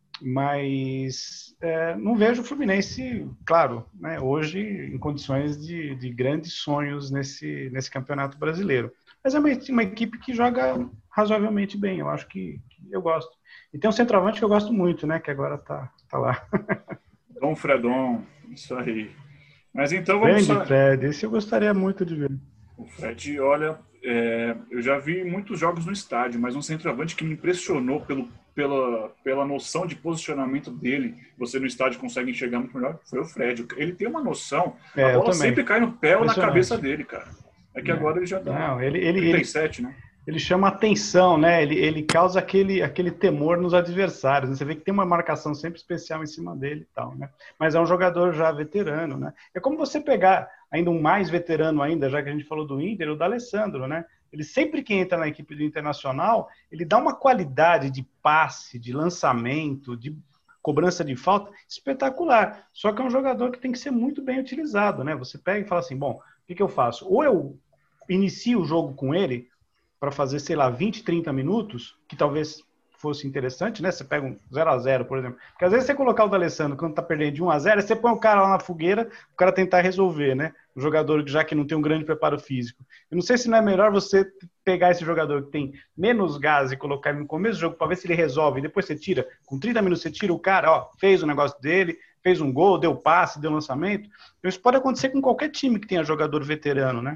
Mas é, não vejo o Fluminense, claro, né, hoje em condições de, de grandes sonhos nesse, nesse campeonato brasileiro. Mas é uma, uma equipe que joga razoavelmente bem, eu acho que, que eu gosto. E tem um centroavante que eu gosto muito, né, que agora tá, tá lá. Dom Fredon, isso aí. Mas então vamos... Grande Fred, esse eu gostaria muito de ver. O Fred, olha, é, eu já vi muitos jogos no estádio, mas um centroavante que me impressionou pelo, pela, pela noção de posicionamento dele, você no estádio consegue enxergar muito melhor, foi o Fred. Ele tem uma noção, é, a bola sempre cai no pé ou na cabeça dele, cara. É que é. agora ele já tá Não, ele, ele, trinta e sete, ele, né? Ele chama atenção, né? Ele, ele causa aquele, aquele temor nos adversários. Você vê que tem uma marcação sempre especial em cima dele e tal, né? Mas é um jogador já veterano, né? É como você pegar ainda um mais veterano ainda, já que a gente falou do Inter, o D'Alessandro, né? Ele sempre que entra na equipe do Internacional, ele dá uma qualidade de passe, de lançamento, de cobrança de falta espetacular. Só que é um jogador que tem que ser muito bem utilizado, né? Você pega e fala assim, bom, o que, que eu faço? Ou eu inicio o jogo com ele para fazer, sei lá, vinte, trinta minutos, que talvez fosse interessante, né? Você pega um zero a zero, por exemplo. Porque às vezes você colocar o D'Alessandro quando tá perdendo de um a zero, você põe o cara lá na fogueira, o cara tentar resolver, né? O jogador já que não tem um grande preparo físico. Eu não sei se não é melhor você pegar esse jogador que tem menos gás e colocar ele no começo do jogo para ver se ele resolve, e depois você tira, com trinta minutos você tira o cara, ó, fez o negócio dele, fez um gol, deu passe, deu lançamento. Então isso pode acontecer com qualquer time que tenha jogador veterano, né?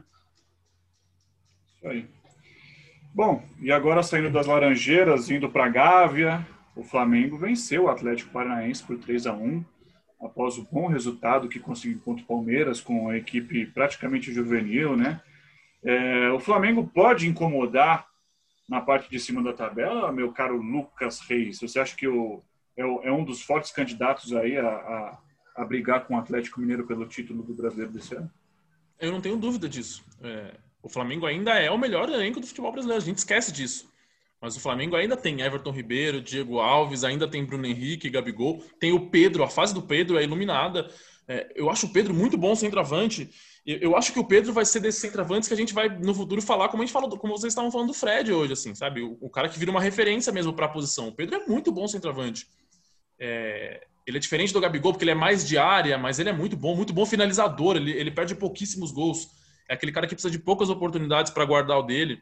Isso aí. Bom, e agora saindo das Laranjeiras, indo para a Gávea, o Flamengo venceu o Atlético Paranaense por três a um, após o bom resultado que conseguiu contra o Palmeiras, com a equipe praticamente juvenil, né? É, o Flamengo pode incomodar na parte de cima da tabela, meu caro Lucas Reis? Você acha que o, é, o, é um dos fortes candidatos aí a, a, a brigar com o Atlético Mineiro pelo título do Brasileiro desse ano? Eu não tenho dúvida disso. É... O Flamengo ainda é o melhor elenco do futebol brasileiro, a gente esquece disso. Mas o Flamengo ainda tem Everton Ribeiro, Diego Alves, ainda tem Bruno Henrique, Gabigol, tem o Pedro, a fase do Pedro é iluminada. É, eu acho o Pedro muito bom centroavante. Eu acho que o Pedro vai ser desses centroavantes que a gente vai no futuro falar, como a gente falou, como vocês estavam falando do Fred hoje, assim, sabe? O, o cara que vira uma referência mesmo para a posição. O Pedro é muito bom centroavante. É, ele é diferente do Gabigol porque ele é mais de área, mas ele é muito bom, muito bom finalizador. Ele, ele perde pouquíssimos gols. É aquele cara que precisa de poucas oportunidades para guardar o dele.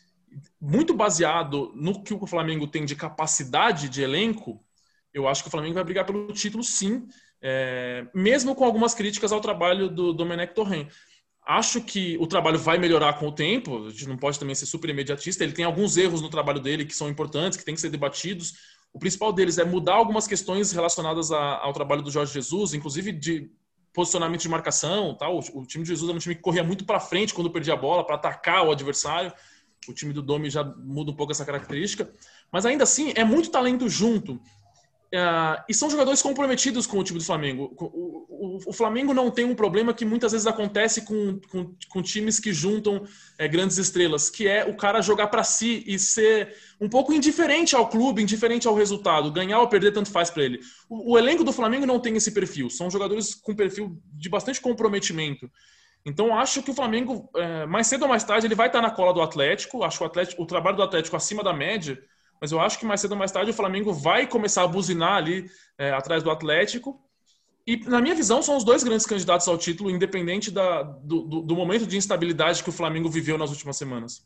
Muito baseado no que o Flamengo tem de capacidade de elenco, eu acho que o Flamengo vai brigar pelo título, sim, é, mesmo com algumas críticas ao trabalho do Domenech Torrent. Acho que o trabalho vai melhorar com o tempo, a gente não pode também ser super imediatista, ele tem alguns erros no trabalho dele que são importantes, que têm que ser debatidos. O principal deles é mudar algumas questões relacionadas a, ao trabalho do Jorge Jesus, inclusive de posicionamento de marcação, tal. O time de Jesus era um time que corria muito para frente quando perdia a bola, para atacar o adversário. O time do Domi já muda um pouco essa característica. Mas ainda assim, é muito talento junto. Uh, e são jogadores comprometidos com o time do Flamengo. O, o, o Flamengo não tem um problema que muitas vezes acontece com, com, com times que juntam é, grandes estrelas, que é o cara jogar para si e ser um pouco indiferente ao clube, indiferente ao resultado. Ganhar ou perder tanto faz para ele. O, o elenco do Flamengo não tem esse perfil. São jogadores com perfil de bastante comprometimento. Então acho que o Flamengo, é, mais cedo ou mais tarde, ele vai estar na cola do Atlético. Acho o, Atlético, o trabalho do Atlético acima da média. Mas eu acho que mais cedo ou mais tarde o Flamengo vai começar a buzinar ali é, atrás do Atlético. E, na minha visão, são os dois grandes candidatos ao título, independente da, do, do, do momento de instabilidade que o Flamengo viveu nas últimas semanas.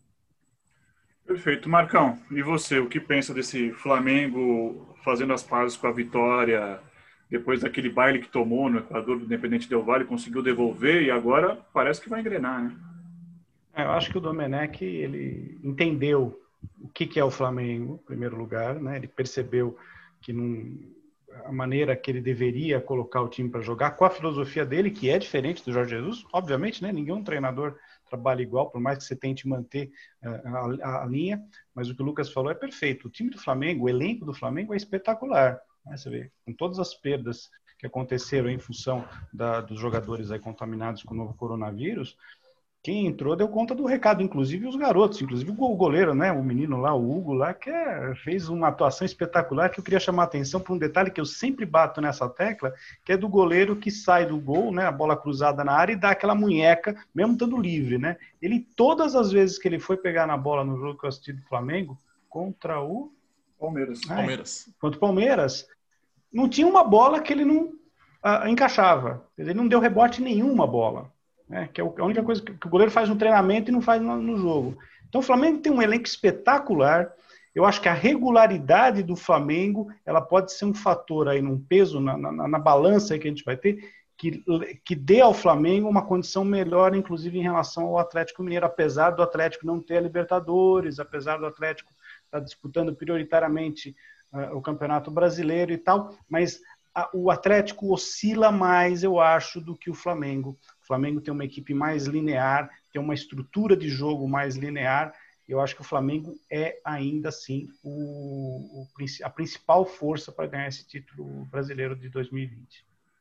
Perfeito. Marcão, e você? O que pensa desse Flamengo fazendo as pazes com a vitória, depois daquele baile que tomou no Equador do Independente Del Valle, conseguiu devolver e agora parece que vai engrenar, né? Eu acho que o Domenech, ele entendeu o que, que é o Flamengo, em primeiro lugar, né? Ele percebeu que não, a maneira que ele deveria colocar o time para jogar, com a filosofia dele, que é diferente do Jorge Jesus, obviamente, né? Nenhum treinador trabalha igual, por mais que você tente manter uh, a, a linha, mas o que o Lucas falou é perfeito. O time do Flamengo, o elenco do Flamengo é espetacular, né? Você vê, com todas as perdas que aconteceram em função da, dos jogadores aí contaminados com o novo coronavírus, quem entrou deu conta do recado, inclusive os garotos, inclusive o goleiro, né, o menino lá, o Hugo lá, que é, fez uma atuação espetacular, que eu queria chamar a atenção para um detalhe que eu sempre bato nessa tecla, que é do goleiro que sai do gol, né, a bola cruzada na área e dá aquela munheca, mesmo estando livre, né? Ele, todas as vezes que ele foi pegar na bola no jogo que eu assisti do Flamengo, contra o... Palmeiras. Ai, Palmeiras. Contra o Palmeiras, não tinha uma bola que ele não ah, encaixava. Ele não deu rebote nenhuma bola. Né, que é a única coisa que o goleiro faz no treinamento e não faz no, no jogo. Então o Flamengo tem um elenco espetacular. Eu acho que a regularidade do Flamengo ela pode ser um fator aí num peso na, na, na balança aí que a gente vai ter que, que dê ao Flamengo uma condição melhor, inclusive em relação ao Atlético Mineiro, apesar do Atlético não ter a Libertadores, apesar do Atlético estar disputando prioritariamente uh, o Campeonato Brasileiro e tal, mas a, o Atlético oscila mais, eu acho, do que o Flamengo. O Flamengo tem uma equipe mais linear, tem uma estrutura de jogo mais linear. Eu acho que o Flamengo é ainda assim o, o, a principal força para ganhar esse título brasileiro de dois mil e vinte.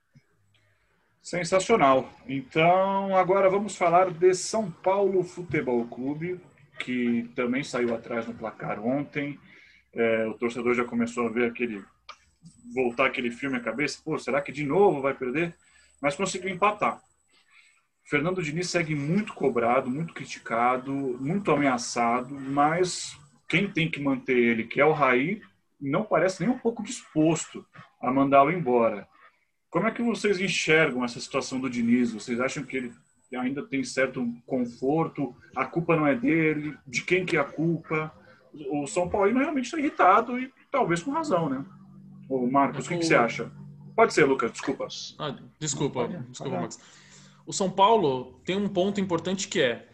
Sensacional. Então, agora vamos falar de São Paulo Futebol Clube, que também saiu atrás no placar ontem. É, o torcedor já começou a ver aquele voltar aquele filme à cabeça. Pô, será que de novo vai perder? Mas conseguiu empatar. Fernando Diniz segue muito cobrado, muito criticado, muito ameaçado, mas quem tem que manter ele, que é o Raí, não parece nem um pouco disposto a mandá-lo embora. Como é que vocês enxergam essa situação do Diniz? Vocês acham que ele ainda tem certo conforto? A culpa não é dele? De quem que é a culpa? O São Paulo realmente está irritado e talvez com razão, né? Ô, Marcos, o que, que você acha? Pode ser, Lucas, desculpa. Ah, desculpa, Pode, desculpa, pode. Max. O São Paulo tem um ponto importante que é,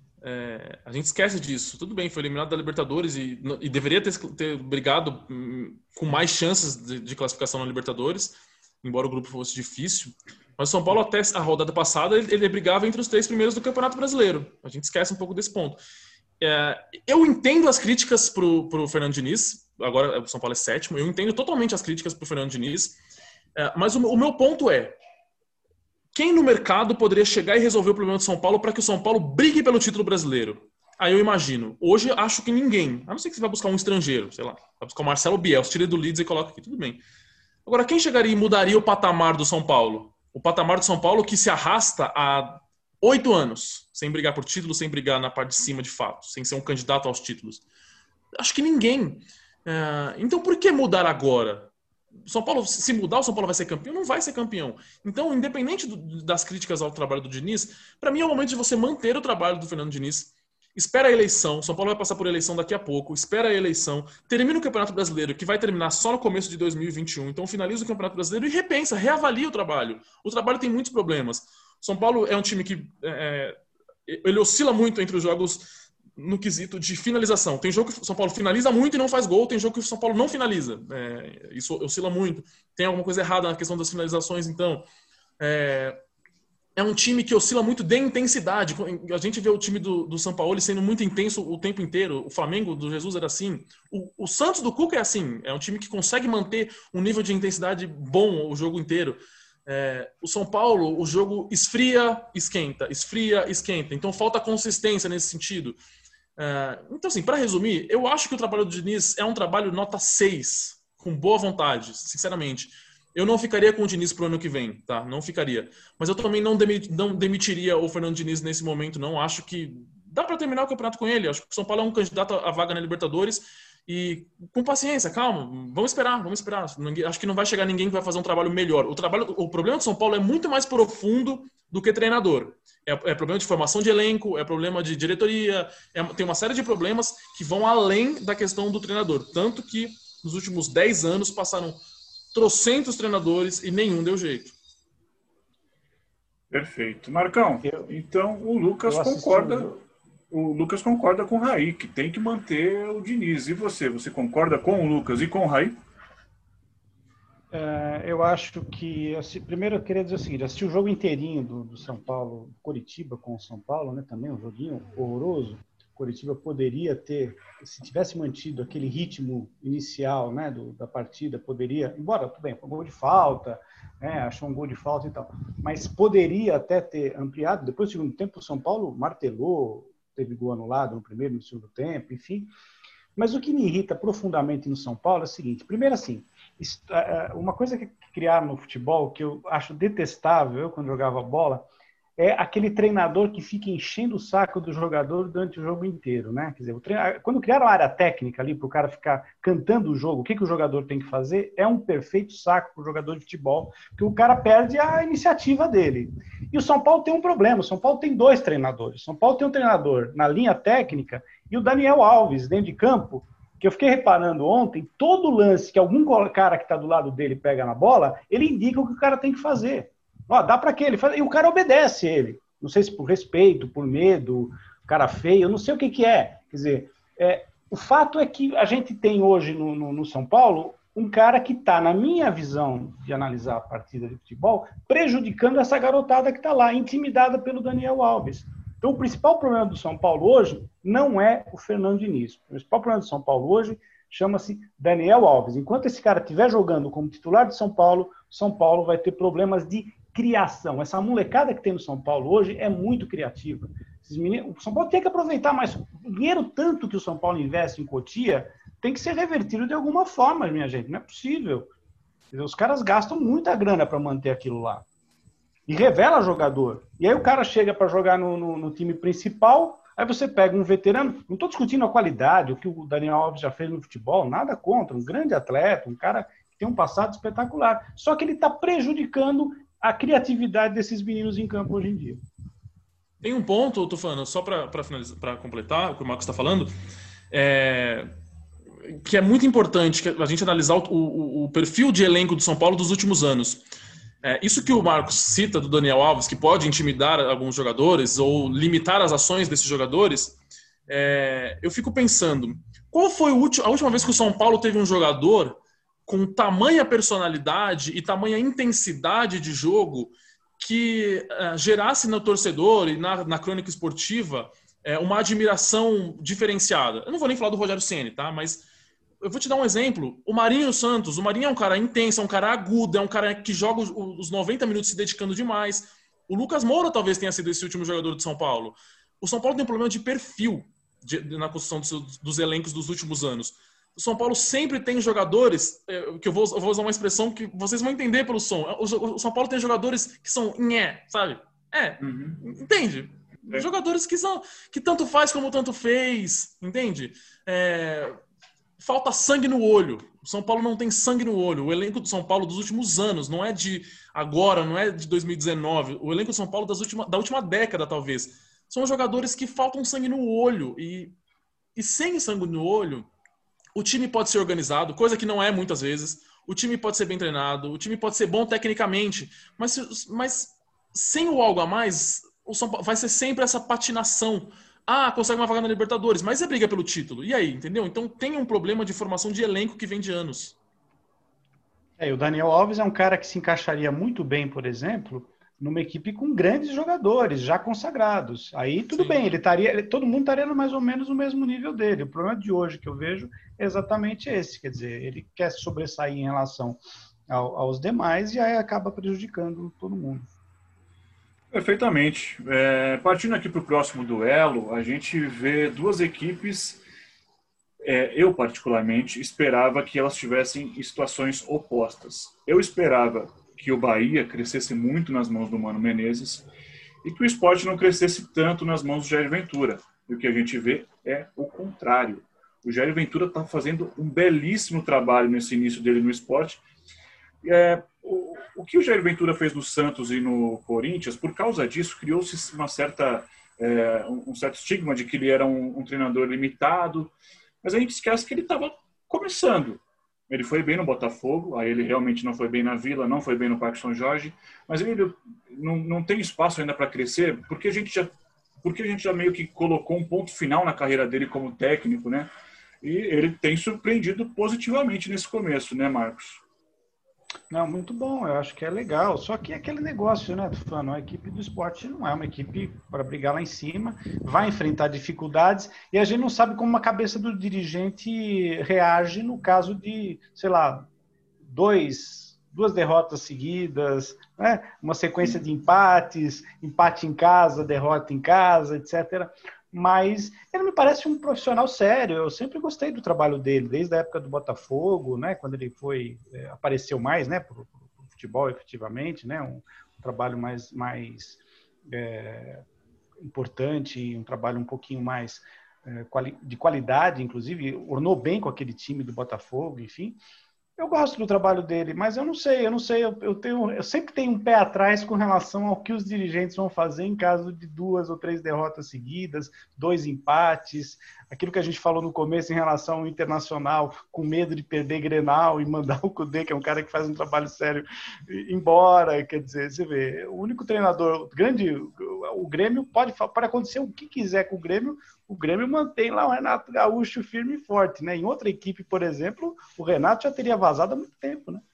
é a gente esquece disso. Tudo bem, foi eliminado da Libertadores e, e deveria ter, ter brigado hum, com mais chances de, de classificação na Libertadores, embora o grupo fosse difícil. Mas o São Paulo, até a rodada passada, ele, ele brigava entre os três primeiros do Campeonato Brasileiro. A gente esquece um pouco desse ponto. É, eu entendo as críticas para o Fernando Diniz, agora o São Paulo é sétimo, eu entendo totalmente as críticas para o Fernando Diniz, é, mas o, o meu ponto é, quem no mercado poderia chegar e resolver o problema do São Paulo para que o São Paulo brigue pelo título brasileiro? Aí eu imagino. Hoje acho que ninguém. A não ser que você vai buscar um estrangeiro, sei lá. Vai buscar o Marcelo Bielsa, tira do Leeds e coloca aqui. Tudo bem. Agora, quem chegaria e mudaria o patamar do São Paulo? O patamar do São Paulo que se arrasta há oito anos, sem brigar por título, sem brigar na parte de cima de fato, sem ser um candidato aos títulos. Acho que ninguém. Então por que mudar agora? O São Paulo, se mudar, o São Paulo vai ser campeão? Não vai ser campeão. Então, independente do, das críticas ao trabalho do Diniz, para mim é o momento de você manter o trabalho do Fernando Diniz. Espera a eleição. O São Paulo vai passar por eleição daqui a pouco. Espera a eleição. Termina o Campeonato Brasileiro, que vai terminar só no começo de dois mil e vinte e um. Então, finaliza o Campeonato Brasileiro e repensa, reavalia o trabalho. O trabalho tem muitos problemas. O São Paulo é um time que é, ele oscila muito entre os jogos no quesito de finalização. Tem jogo que o São Paulo finaliza muito e não faz gol, tem jogo que o São Paulo não finaliza. É, isso oscila muito. Tem alguma coisa errada na questão das finalizações, então. É, é um time que oscila muito de intensidade. A gente vê o time do, do São Paulo sendo muito intenso o tempo inteiro. O Flamengo do Jesus era assim. O, o Santos do Cuca é assim. É um time que consegue manter um nível de intensidade bom o jogo inteiro. É, o São Paulo, o jogo esfria, esquenta, esfria, esquenta. Então falta consistência nesse sentido. É, então, assim, para resumir, eu acho que o trabalho do Diniz é um trabalho nota seis, com boa vontade, sinceramente. Eu não ficaria com o Diniz pro ano que vem, tá? Não ficaria. Mas eu também não, demit, não demitiria o Fernando Diniz nesse momento, não. Acho que dá para terminar o campeonato com ele. Acho que o São Paulo é um candidato à vaga na Libertadores. E com paciência, calma, vamos esperar, vamos esperar. Acho que não vai chegar ninguém que vai fazer um trabalho melhor. O, trabalho, o problema do São Paulo é muito mais profundo do que treinador. É, é problema de formação de elenco, é problema de diretoria, é, tem uma série de problemas que vão além da questão do treinador. Tanto que nos últimos dez anos passaram trocentos treinadores e nenhum deu jeito. Perfeito. Marcão, Eu, então o Lucas concorda... O Lucas concorda com o Raí, que tem que manter o Diniz. E você? Você concorda com o Lucas e com o Raí? é, eu acho que... Assim, primeiro eu queria dizer o seguinte, assisti o jogo inteirinho do, do São Paulo, Coritiba com o São Paulo, né, também um joguinho horroroso. Coritiba poderia ter, se tivesse mantido aquele ritmo inicial, né, do, da partida, poderia, embora, tudo bem, foi um gol de falta, né, achou um gol de falta e tal, mas poderia até ter ampliado. Depois do segundo tempo, o São Paulo martelou, teve gol anulado no primeiro e no segundo tempo, enfim. Mas o que me irrita profundamente no São Paulo é o seguinte: primeiro, assim, uma coisa que criaram no futebol que eu acho detestável, eu, quando jogava bola, é aquele treinador que fica enchendo o saco do jogador durante o jogo inteiro, né? Quer dizer, o treino... quando criaram a área técnica ali para o cara ficar cantando o jogo, o que, que o jogador tem que fazer, é um perfeito saco para o jogador de futebol, porque o cara perde a iniciativa dele. E o São Paulo tem um problema: o São Paulo tem dois treinadores. O São Paulo tem um treinador na linha técnica e o Daniel Alves, dentro de campo, que eu fiquei reparando ontem, todo lance que algum cara que está do lado dele pega na bola, ele indica o que o cara tem que fazer. Ó, dá para aquele, e o cara obedece ele. Não sei se por respeito, por medo, cara feio, eu não sei o que que é. Quer dizer, é, o fato é que a gente tem hoje no, no, no São Paulo um cara que está, na minha visão de analisar a partida de futebol, prejudicando essa garotada que está lá, intimidada pelo Daniel Alves. Então, o principal problema do São Paulo hoje não é o Fernando Diniz. O principal problema do São Paulo hoje chama-se Daniel Alves. Enquanto esse cara estiver jogando como titular de São Paulo, São Paulo vai ter problemas de criação. Essa molecada que tem no São Paulo hoje é muito criativa. Esses meninos, o São Paulo tem que aproveitar mais. O dinheiro tanto que o São Paulo investe em Cotia tem que ser revertido de alguma forma, minha gente. Não é possível. Os caras gastam muita grana para manter aquilo lá. E revela jogador. E aí o cara chega para jogar no, no, no time principal, aí você pega um veterano. Não estou discutindo a qualidade, o que o Daniel Alves já fez no futebol, nada contra. Um grande atleta, um cara que tem um passado espetacular. Só que ele está prejudicando a criatividade desses meninos em campo hoje em dia. Tem um ponto, eu tô falando, só para finalizar, para completar o que o Marcos está falando, é, que é muito importante que a gente analisar o, o, o perfil de elenco do São Paulo dos últimos anos. É, isso que o Marcos cita do Daniel Alves, que pode intimidar alguns jogadores ou limitar as ações desses jogadores, é, eu fico pensando, qual foi o último, a última vez que o São Paulo teve um jogador com tamanha personalidade e tamanha intensidade de jogo que uh, gerasse no torcedor e na, na crônica esportiva uh, uma admiração diferenciada? Eu não vou nem falar do Rogério Ceni, tá? Mas eu vou te dar um exemplo. O Marinho Santos. O Marinho é um cara intenso, é um cara agudo, é um cara que joga os, os noventa minutos se dedicando demais. O Lucas Moura talvez tenha sido esse último jogador de São Paulo. O São Paulo tem um problema de perfil de, de, na construção dos, dos elencos dos últimos anos. O São Paulo sempre tem jogadores, que eu vou, eu vou usar uma expressão que vocês vão entender pelo som. O, o São Paulo tem jogadores que são nhé, sabe? É, uhum. Entende? É. Jogadores que são que tanto faz como tanto fez, entende? É, falta sangue no olho. O São Paulo não tem sangue no olho. O elenco do São Paulo dos últimos anos, não é de agora, não é de dois mil e dezenove. O elenco do São Paulo das última, da última década, talvez. São jogadores que faltam sangue no olho. E, e sem sangue no olho, o time pode ser organizado, coisa que não é muitas vezes. O time pode ser bem treinado, o time pode ser bom tecnicamente, mas, mas sem o algo a mais, o São Paulo vai ser sempre essa patinação. Ah, consegue uma vaga na Libertadores, mas é briga pelo título. E aí, entendeu? Então tem um problema de formação de elenco que vem de anos. É, o Daniel Alves é um cara que se encaixaria muito bem, por exemplo, numa equipe com grandes jogadores, já consagrados. Aí tudo Sim. bem, ele estaria, todo mundo estaria mais ou menos no mesmo nível dele. O problema de hoje que eu vejo é exatamente esse, quer dizer, ele quer sobressair em relação ao, aos demais e aí acaba prejudicando todo mundo. Perfeitamente. É, partindo aqui para o próximo duelo, a gente vê duas equipes, é, eu particularmente esperava que elas estivessem em situações opostas. Eu esperava que o Bahia crescesse muito nas mãos do Mano Menezes e que o Sport não crescesse tanto nas mãos do Jair Ventura. E o que a gente vê é o contrário. O Jair Ventura está fazendo um belíssimo trabalho nesse início dele no Sport. É, o, o que o Jair Ventura fez no Santos e no Corinthians, por causa disso, criou-se uma certa, é, um certo estigma de que ele era um, um treinador limitado, mas a gente esquece que ele estava começando. Ele foi bem no Botafogo, aí ele realmente não foi bem na Vila, não foi bem no Parque São Jorge, mas ele não, não tem espaço ainda para crescer, porque a gente já, porque a gente já meio que colocou um ponto final na carreira dele como técnico, né? E ele tem surpreendido positivamente nesse começo, né, Marcos? Não, muito bom, eu acho que é legal. Só que é aquele negócio, né, Tufano? A equipe do esporte não é uma equipe para brigar lá em cima, vai enfrentar dificuldades e a gente não sabe como a cabeça do dirigente reage no caso de, sei lá, dois, duas derrotas seguidas, né? Uma sequência de empates, empate em casa, derrota em casa, etcétera. Mas ele me parece um profissional sério. Eu sempre gostei do trabalho dele, desde a época do Botafogo, né, quando ele foi é, apareceu mais, né, para o futebol, efetivamente, né, um, um trabalho mais, mais é, importante, um trabalho um pouquinho mais é, quali- de qualidade, inclusive, ornou bem com aquele time do Botafogo, enfim. Eu gosto do trabalho dele, mas eu não sei, eu não sei, eu, eu, tenho, eu sempre tenho um pé atrás com relação ao que os dirigentes vão fazer em caso de duas ou três derrotas seguidas, dois empates, aquilo que a gente falou no começo em relação ao Internacional, com medo de perder Grenal e mandar o Cudê, que é um cara que faz um trabalho sério, embora, quer dizer, você vê, o único treinador grande, o Grêmio pode, pode acontecer o que quiser com o Grêmio, o Grêmio mantém lá o Renato Gaúcho firme e forte, né? Em outra equipe, por exemplo, o Renato já teria vazado há muito tempo, né?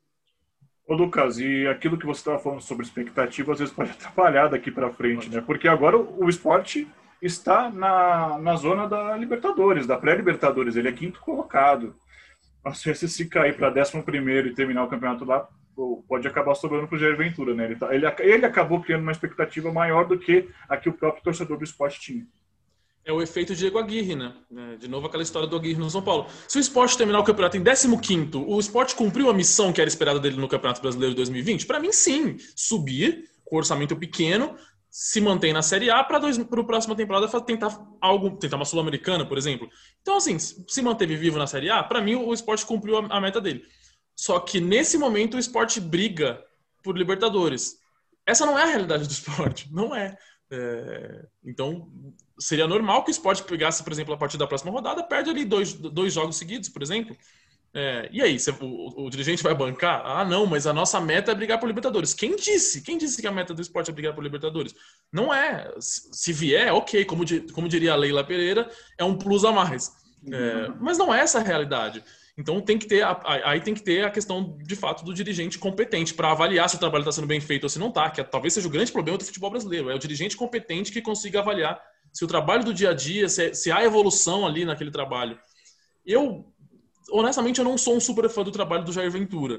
Ô, Lucas, e aquilo que você estava falando sobre expectativa, às vezes pode atrapalhar daqui para frente, né? Porque agora o, o esporte está na, na zona da Libertadores, da pré-Libertadores, ele é quinto colocado. Às vezes, se cair para décimo primeiro e terminar o campeonato lá, pode acabar sobrando para o Jair Ventura, né? Ele, tá, ele, ele acabou criando uma expectativa maior do que a que o próprio torcedor do esporte tinha. É o efeito Diego Aguirre, né? De novo aquela história do Aguirre no São Paulo. Se o Sport terminar o campeonato em décimo quinto, o Sport cumpriu a missão que era esperada dele no Campeonato Brasileiro de dois mil e vinte? Para mim, sim. Subir com orçamento pequeno, se mantém na Série A para a próxima temporada tentar algo, tentar uma Sul-Americana, por exemplo. Então, assim, se manteve vivo na Série A, para mim o Sport cumpriu a, a meta dele. Só que nesse momento o Sport briga por Libertadores. Essa não é a realidade do Sport, não é. É, então, seria normal que o Sport pegasse, por exemplo, a partir da próxima rodada, perde ali dois, dois jogos seguidos, por exemplo. É, e aí, você, o, o dirigente vai bancar? Ah, não, mas a nossa meta é brigar por Libertadores. Quem disse? Quem disse que a meta do Sport é brigar por Libertadores? Não é. Se vier, ok, como, como diria a Leila Pereira, é um plus a mais. É, mas não é essa a realidade. Então tem que ter, aí tem que ter a questão de fato do dirigente competente para avaliar se o trabalho está sendo bem feito ou se não está, que talvez seja o grande problema do futebol brasileiro. É o dirigente competente que consiga avaliar se o trabalho do dia a dia, se, se há evolução ali naquele trabalho. Eu, honestamente, eu não sou um super fã do trabalho do Jair Ventura.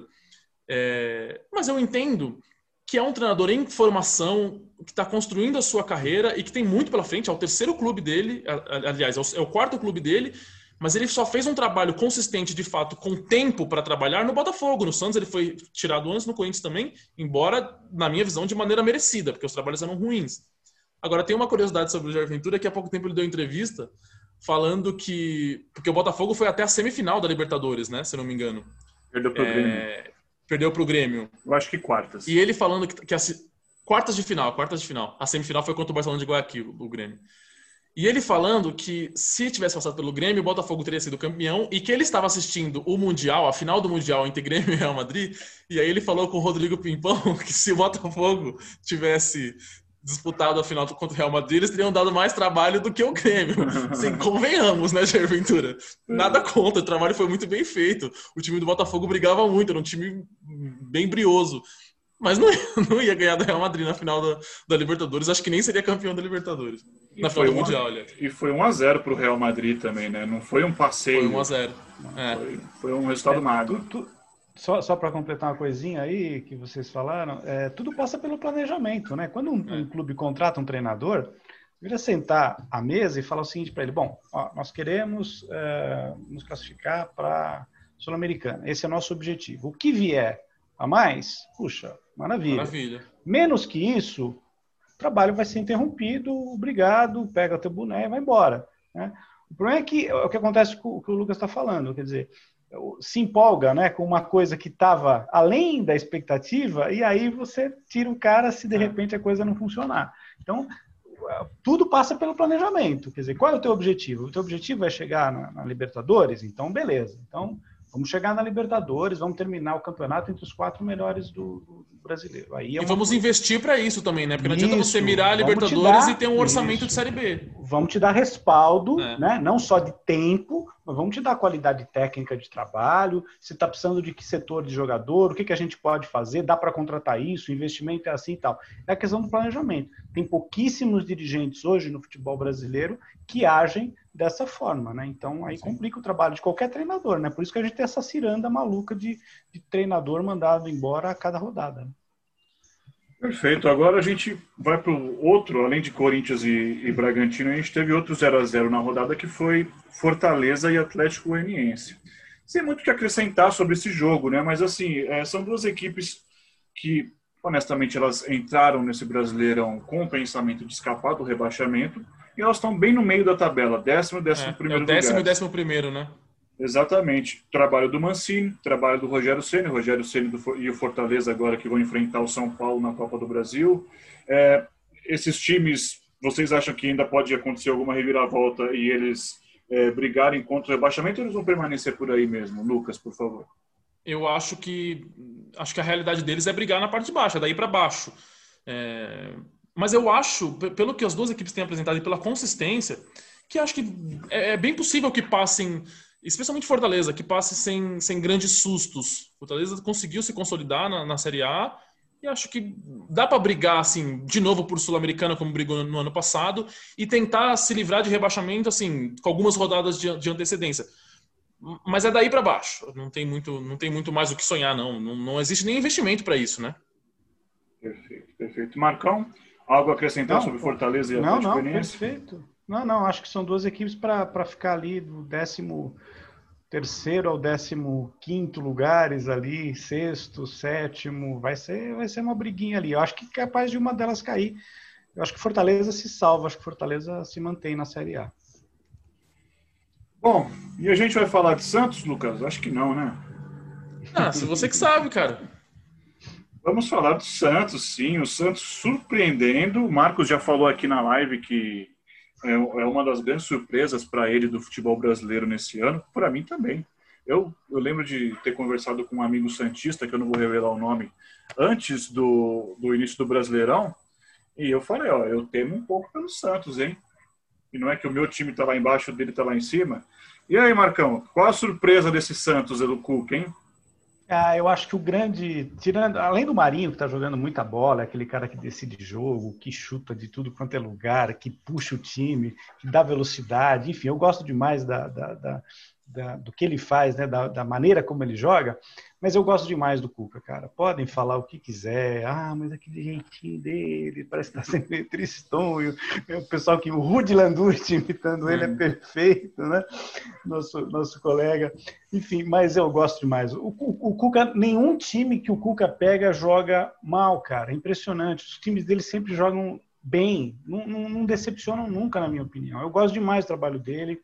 É, mas eu entendo que é um treinador em formação, que está construindo a sua carreira e que tem muito pela frente. É o terceiro clube dele, aliás, é o quarto clube dele, mas ele só fez um trabalho consistente, de fato, com tempo para trabalhar no Botafogo. No Santos ele foi tirado antes, no Corinthians também, embora, na minha visão, de maneira merecida, porque os trabalhos eram ruins. Agora, tem uma curiosidade sobre o Jair Ventura, que há pouco tempo ele deu entrevista falando que... Porque o Botafogo foi até a semifinal da Libertadores, né? Se eu não me engano. Perdeu pro Grêmio. É... Perdeu pro Grêmio. Eu acho que quartas. E ele falando que... que a... Quartas de final, quartas de final. A semifinal foi contra o Barcelona de Guayaquil, o Grêmio. E ele falando que se tivesse passado pelo Grêmio, o Botafogo teria sido campeão e que ele estava assistindo o Mundial, a final do Mundial entre Grêmio e Real Madrid, e aí ele falou com o Rodrigo Pimpão que se o Botafogo tivesse disputado a final contra o Real Madrid, eles teriam dado mais trabalho do que o Grêmio. Assim, convenhamos, né, Jair Ventura? Nada contra, o trabalho foi muito bem feito. O time do Botafogo brigava muito, era um time bem brioso. Mas não ia, não ia ganhar do Real Madrid na final da, da Libertadores. Acho que nem seria campeão da Libertadores. Na final do uma, Mundial, olha. E foi um a zero pro Real Madrid também, né? Não foi um passeio. Foi um a zero. É. Foi, foi um resultado é, magro. Tu, tu, só só para completar uma coisinha aí que vocês falaram, é, tudo passa pelo planejamento, né? Quando um, é. um clube contrata um treinador, deveria sentar à mesa e falar o seguinte para ele: bom, ó, nós queremos é, nos classificar para Sul-Americana. Esse é o nosso objetivo. O que vier a mais, puxa, maravilha. Maravilha. Menos que isso, o trabalho vai ser interrompido, obrigado, pega teu boné e vai embora, né? O problema é que o que acontece com o que o Lucas está falando, quer dizer, se empolga, né, com uma coisa que estava além da expectativa e aí você tira o cara se de repente a coisa não funcionar. Então, tudo passa pelo planejamento. Quer dizer, qual é o teu objetivo? O teu objetivo é chegar na, na Libertadores? Então, beleza. Então, vamos chegar na Libertadores, vamos terminar o campeonato entre os quatro melhores do, do brasileiro. Aí é e vamos coisa... investir para isso também, né? Porque não isso, adianta você mirar a Libertadores e ter um orçamento isso. de Série B. vamos te dar respaldo, é. né? Não só de tempo, mas vamos te dar qualidade técnica de trabalho. Você está precisando de que setor de jogador, o que, que a gente pode fazer, dá para contratar isso, o investimento é assim e tal. É a questão do planejamento. Tem pouquíssimos dirigentes hoje no futebol brasileiro que agem dessa forma, né? Então aí Sim. complica o trabalho de qualquer treinador, né? Por isso que a gente tem essa ciranda maluca de, de treinador mandado embora a cada rodada. Perfeito. Agora a gente vai para o outro, além de Corinthians e, e Bragantino, a gente teve outro zero a zero na rodada, que foi Fortaleza e Atlético Goianiense. Sem muito o que acrescentar sobre esse jogo, né? Mas assim, é, são duas equipes que, honestamente, elas entraram nesse Brasileirão com o pensamento de escapar do rebaixamento, e elas estão bem no meio da tabela, décimo e décimo é, primeiro é o décimo lugar. e décimo primeiro, né? Exatamente. Trabalho do Mancini, trabalho do Rogério Ceni, Rogério Ceni do, e o Fortaleza agora que vão enfrentar o São Paulo na Copa do Brasil. É, esses times, vocês acham que ainda pode acontecer alguma reviravolta e eles é, brigarem contra o rebaixamento, ou eles vão permanecer por aí mesmo? Lucas, por favor. Eu acho que acho que a realidade deles é brigar na parte de baixo, é daí para baixo. É, mas eu acho, pelo que as duas equipes têm apresentado e pela consistência, que acho que é, é bem possível que passem, especialmente Fortaleza, que passe sem, sem grandes sustos. Fortaleza conseguiu se consolidar na, na Série A e acho que dá para brigar assim, de novo por Sul-Americana, como brigou no, no ano passado, e tentar se livrar de rebaixamento assim, com algumas rodadas de, de antecedência. Mas é daí para baixo. Não tem, muito, não tem muito mais o que sonhar, não. Não, não existe nem investimento para isso, né? Perfeito, perfeito. Marcão, algo a acrescentar não, sobre Fortaleza e Atlético Goianiense? Não, não, perfeito. Não, não, acho que são duas equipes para ficar ali do décimo terceiro ao décimo quinto lugares ali, sexto, sétimo, vai ser, vai ser uma briguinha ali. Eu acho que é capaz de uma delas cair. Eu acho que Fortaleza se salva, acho que Fortaleza se mantém na Série A. Bom, e a gente vai falar de Santos, Lucas? Acho que não, né? Ah, se você que sabe, cara. Vamos falar do Santos, sim. O Santos surpreendendo. O Marcos já falou aqui na live que é uma das grandes surpresas para ele do futebol brasileiro nesse ano. Para mim também. Eu, eu lembro de ter conversado com um amigo santista, que eu não vou revelar o nome, antes do, do início do Brasileirão. E eu falei, ó, eu temo um pouco pelo Santos, hein? E não é que o meu time está lá embaixo, o dele está lá em cima. E aí, Marcão, qual a surpresa desse Santos do Cuca, hein? Ah, eu acho que o grande, tirando, além do Marinho, que está jogando muita bola, é aquele cara que decide jogo, que chuta de tudo quanto é lugar, que puxa o time, que dá velocidade, enfim, eu gosto demais da, da, da, da, do que ele faz, né, da, da maneira como ele joga, mas eu gosto demais do Cuca, cara. Podem falar o que quiser, ah, mas aquele jeitinho dele, parece que está sendo meio tristonho, o pessoal que o Rudy Landucci imitando ele é perfeito, né, nosso, nosso colega, enfim, mas eu gosto demais. O, o, o Cuca, nenhum time que o Cuca pega joga mal, cara, é impressionante, os times dele sempre jogam bem, não, não, não decepcionam nunca, na minha opinião. Eu gosto demais do trabalho dele.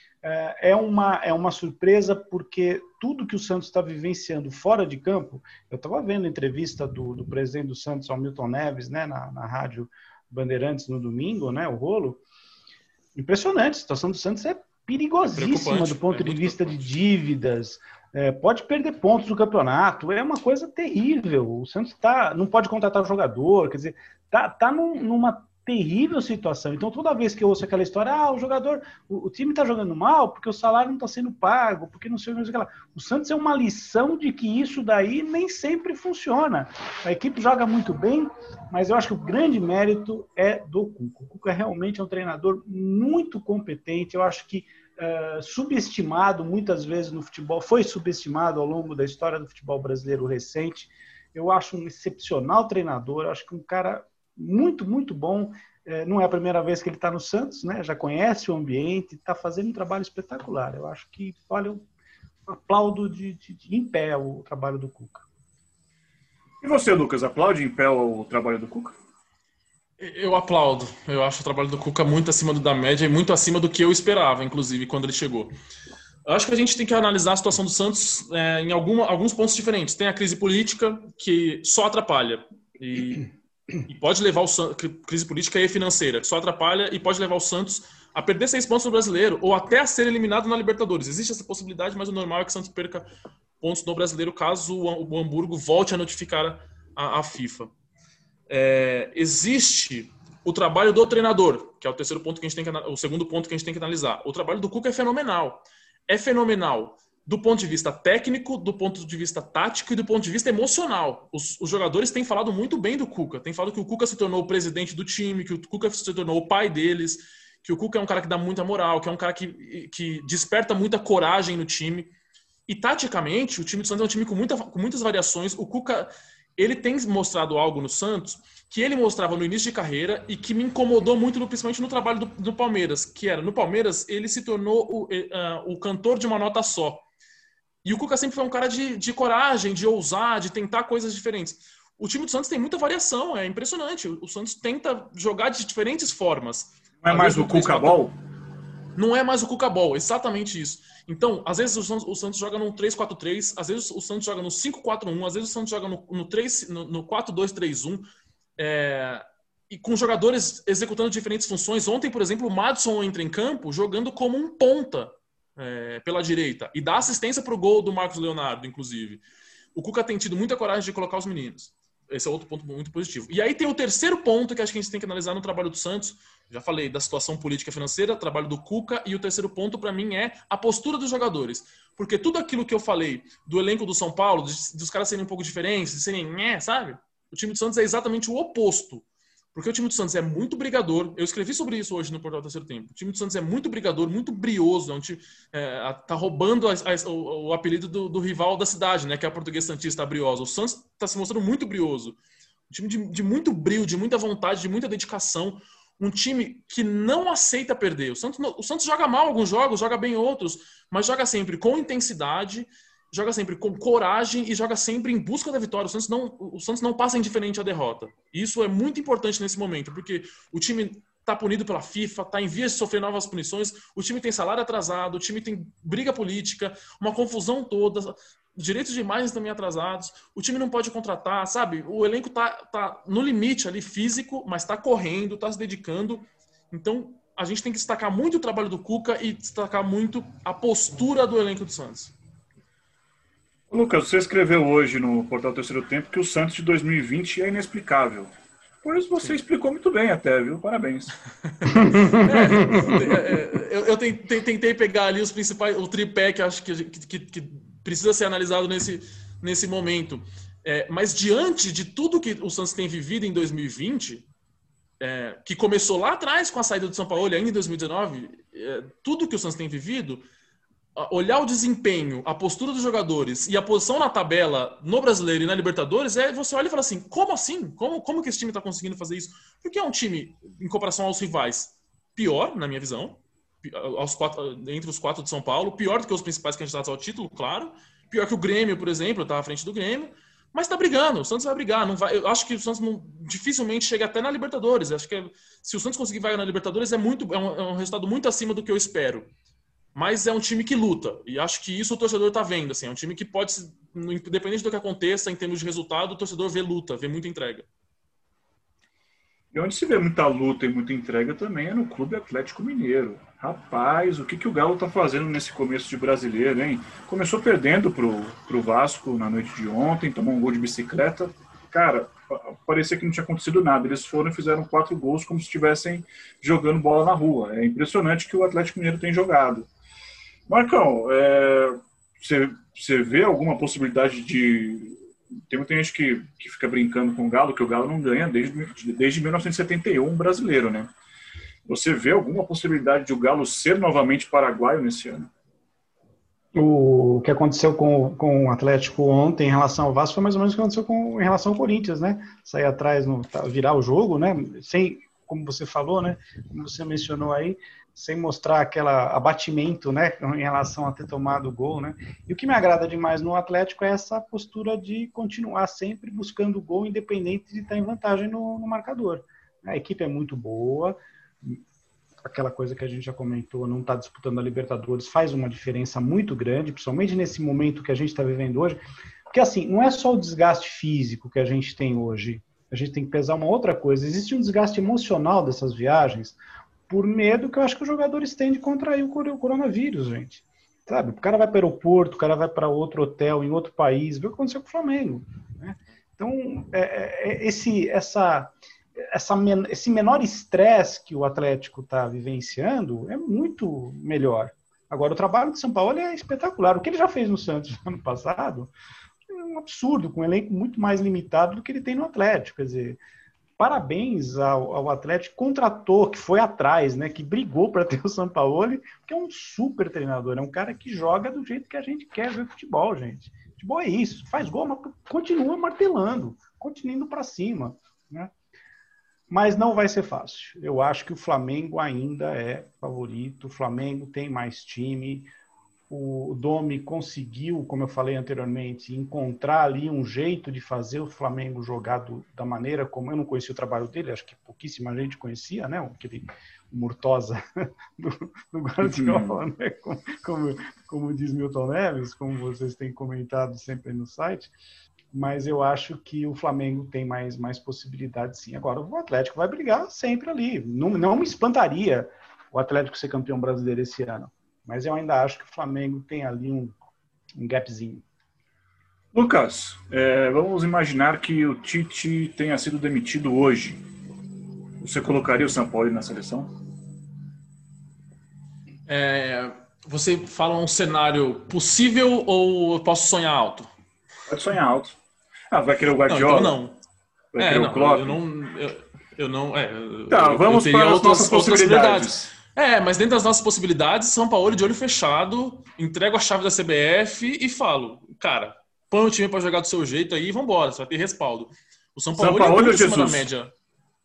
É uma, é uma surpresa porque tudo que o Santos está vivenciando fora de campo, eu estava vendo a entrevista do, do presidente do Santos, Milton Neves, né, na, na rádio Bandeirantes no domingo, né, o Rolo, impressionante, a situação do Santos é perigosíssima do ponto é de vista de dívidas, é, pode perder pontos no campeonato, é uma coisa terrível, o Santos tá, não pode contratar jogador, quer dizer, está tá num, numa terrível situação. Então, toda vez que eu ouço aquela história, ah, o jogador, o, o time está jogando mal porque o salário não está sendo pago, porque não sei o que lá. O Santos é uma lição de que isso daí nem sempre funciona. A equipe joga muito bem, mas eu acho que o grande mérito é do Cuca. O Cuca realmente é um treinador muito competente, eu acho que uh, subestimado muitas vezes no futebol, foi subestimado ao longo da história do futebol brasileiro recente. Eu acho um excepcional treinador, eu acho que um cara muito, muito bom. Não é a primeira vez que ele está no Santos, né? Já conhece o ambiente, está fazendo um trabalho espetacular. Eu acho que, olha, eu aplaudo de, de, de em pé o trabalho do Cuca. E você, Lucas, aplaude em pé o trabalho do Cuca? Eu aplaudo. Eu acho o trabalho do Cuca muito acima do da média e muito acima do que eu esperava, inclusive, quando ele chegou. Eu acho que a gente tem que analisar a situação do Santos é, em alguma, alguns pontos diferentes. Tem a crise política, que só atrapalha. E... E pode levar o Santos, crise política e financeira, que só atrapalha e pode levar o Santos a perder seis pontos no Brasileiro ou até a ser eliminado na Libertadores. Existe essa possibilidade, mas o normal é que o Santos perca pontos no Brasileiro caso o Hamburgo volte a notificar a, a FIFA. É, existe O trabalho do treinador, que é o terceiro ponto que a gente tem que, o segundo ponto que a gente tem que analisar. O trabalho do Cuca é fenomenal. É fenomenal do ponto de vista técnico, do ponto de vista tático e do ponto de vista emocional. Os, os jogadores têm falado muito bem do Cuca. Têm falado que o Cuca se tornou o presidente do time, que o Cuca se tornou o pai deles, que o Cuca é um cara que dá muita moral, que é um cara que, que desperta muita coragem no time. E taticamente, o time do Santos é um time com, muita, com muitas variações. O Cuca, ele tem mostrado algo no Santos que ele mostrava no início de carreira e que me incomodou muito, no, principalmente no trabalho do, do Palmeiras, que era, no Palmeiras, ele se tornou o, uh, o cantor de uma nota só. E o Cuca sempre foi um cara de, de coragem, de ousar, de tentar coisas diferentes. O time do Santos tem muita variação, é impressionante. O Santos tenta jogar de diferentes formas. Não é mais o Cuca Ball? Não é mais o Cuca Ball, exatamente isso. Então, às vezes o Santos, o Santos joga no três quatro três, às vezes o Santos joga no cinco quatro um, às vezes o Santos joga no, no, três, no, no quatro dois três um, é, e com jogadores executando diferentes funções. Ontem, por exemplo, o Madison entra em campo jogando como um ponta é, pela direita e dá assistência para o gol do Marcos Leonardo, inclusive. O Cuca tem tido muita coragem de colocar os meninos. Esse é outro ponto muito positivo. E aí tem o terceiro ponto que acho que a gente tem que analisar no trabalho do Santos. Já falei da situação política e financeira, trabalho do Cuca, e o terceiro ponto para mim é a postura dos jogadores. Porque tudo aquilo que eu falei do elenco do São Paulo, dos caras serem um pouco diferentes, de serem, né, sabe? O time do Santos é exatamente o oposto. Porque o time do Santos é muito brigador. Eu escrevi sobre isso hoje no Portal do Terceiro Tempo. O time do Santos é muito brigador, muito brioso. É um time, é, tá roubando a, a, o, o apelido do, do rival da cidade, né? Que é o Português Santista Briosa. O Santos está se mostrando muito brioso. Um time de, de muito brio, de muita vontade, de muita dedicação. Um time que não aceita perder. O Santos, o Santos joga mal alguns jogos, joga bem outros, mas joga sempre com intensidade, joga sempre com coragem e joga sempre em busca da vitória. O Santos não, o Santos não passa indiferente à derrota. E isso é muito importante nesse momento, porque o time está punido pela FIFA, está em vias de sofrer novas punições, o time tem salário atrasado, o time tem briga política, uma confusão toda, direitos de imagens também atrasados, o time não pode contratar, sabe? O elenco está tá no limite ali físico, mas está correndo, está se dedicando. Então, a gente tem que destacar muito o trabalho do Cuca e destacar muito a postura do elenco do Santos. Lucas, você escreveu hoje no Portal Terceiro Tempo que o Santos de dois mil e vinte é inexplicável. Pois você Sim. explicou muito bem até, viu? Parabéns. é, é, eu eu tentei, tentei pegar ali os principais, o tripé que acho que, que, que precisa ser analisado nesse, nesse momento. É, mas diante de tudo que o Santos tem vivido em dois mil e vinte, é, que começou lá atrás com a saída do São Paulo, ainda em dois mil e dezenove, é, tudo que o Santos tem vivido, olhar o desempenho, a postura dos jogadores e a posição na tabela no Brasileiro e na Libertadores, é você olha e fala assim, como assim? Como, como que esse time está conseguindo fazer isso? Porque é um time, em comparação aos rivais, pior, na minha visão, aos quatro, entre os quatro de São Paulo, pior do que os principais candidatos ao título, claro, pior que o Grêmio, por exemplo, está à frente do Grêmio, mas está brigando, o Santos vai brigar. Não vai, eu acho que o Santos não, dificilmente chega até na Libertadores. Eu acho que é, se o Santos conseguir vaga na Libertadores, é, muito, é, um, é um resultado muito acima do que eu espero. Mas é um time que luta, e acho que isso o torcedor está vendo, assim, é um time que pode, independente do que aconteça, em termos de resultado, o torcedor vê luta, vê muita entrega. E onde se vê muita luta e muita entrega também é no Clube Atlético Mineiro. Rapaz, o que, que o Galo está fazendo nesse começo de Brasileiro, hein? Começou perdendo pro, pro Vasco na noite de ontem, tomou um gol de bicicleta. Cara, parecia que não tinha acontecido nada. Eles foram e fizeram quatro gols como se estivessem jogando bola na rua. É impressionante que o Atlético Mineiro tem jogado. Marcão, é, você, você vê alguma possibilidade de... Tem muita gente que, que fica brincando com o Galo, que o Galo não ganha desde, desde mil novecentos e setenta e um brasileiro, né? Você vê alguma possibilidade de o Galo ser novamente paraguaio nesse ano? O que aconteceu com, com o Atlético ontem em relação ao Vasco foi mais ou menos o que aconteceu com, em relação ao Corinthians, né? Sair atrás, no, virar o jogo, né? Sem, como você falou, né? Como você mencionou aí, sem mostrar aquele abatimento, né, em relação a ter tomado o gol, né, e o que me agrada demais no Atlético é essa postura de continuar sempre buscando o gol, independente de estar em vantagem no, no marcador. A equipe é muito boa, aquela coisa que a gente já comentou, não está disputando a Libertadores, faz uma diferença muito grande, principalmente nesse momento que a gente está vivendo hoje, porque assim, não é só o desgaste físico que a gente tem hoje, a gente tem que pesar uma outra coisa, existe um desgaste emocional dessas viagens, por medo que eu acho que os jogadores têm de contrair o coronavírus, gente. Sabe? O cara vai para o aeroporto, o cara vai para outro hotel em outro país, vê o que aconteceu com o Flamengo. Né? Então, é, é, esse, essa, essa, esse menor estresse que o Atlético está vivenciando é muito melhor. Agora, o trabalho de São Paulo é espetacular. O que ele já fez no Santos no ano passado é um absurdo, com um elenco muito mais limitado do que ele tem no Atlético. Quer dizer, parabéns ao, ao Atlético, contratou, que foi atrás, né, que brigou para ter o Sampaoli, que é um super treinador, é um cara que joga do jeito que a gente quer ver futebol, gente. Futebol é isso, faz gol, mas continua martelando, continua indo para cima, né? Mas não vai ser fácil. Eu acho que o Flamengo ainda é favorito, o Flamengo tem mais time, o Domi conseguiu, como eu falei anteriormente, encontrar ali um jeito de fazer o Flamengo jogar do, da maneira como eu não conhecia o trabalho dele, acho que pouquíssima gente conhecia, né? Aquele Murtosa do, do Guardiola, né? Como, como, como diz Milton Neves, como vocês têm comentado sempre no site. Mas eu acho que o Flamengo tem mais, mais possibilidades, sim. Agora, o Atlético vai brigar sempre ali. Não, não me espantaria o Atlético ser campeão brasileiro esse ano. Mas eu ainda acho que o Flamengo tem ali um, um gapzinho. Lucas, é, vamos imaginar que o Tite tenha sido demitido hoje. Você colocaria o Sampaoli na seleção? É, você fala um cenário possível ou eu posso sonhar alto? Pode sonhar alto. Ah, vai querer o Guardiola? Não, então não. Vai é, querer não, o Klopp? Eu não... Eu, eu não é, tá, eu, vamos eu para as outras, nossas possibilidades. É, mas dentro das nossas possibilidades, São Paulo de olho fechado, entrego a chave da C B F e falo, cara, põe o time para jogar do seu jeito aí e vambora, você vai ter respaldo. O São Paulo é muito acima da média.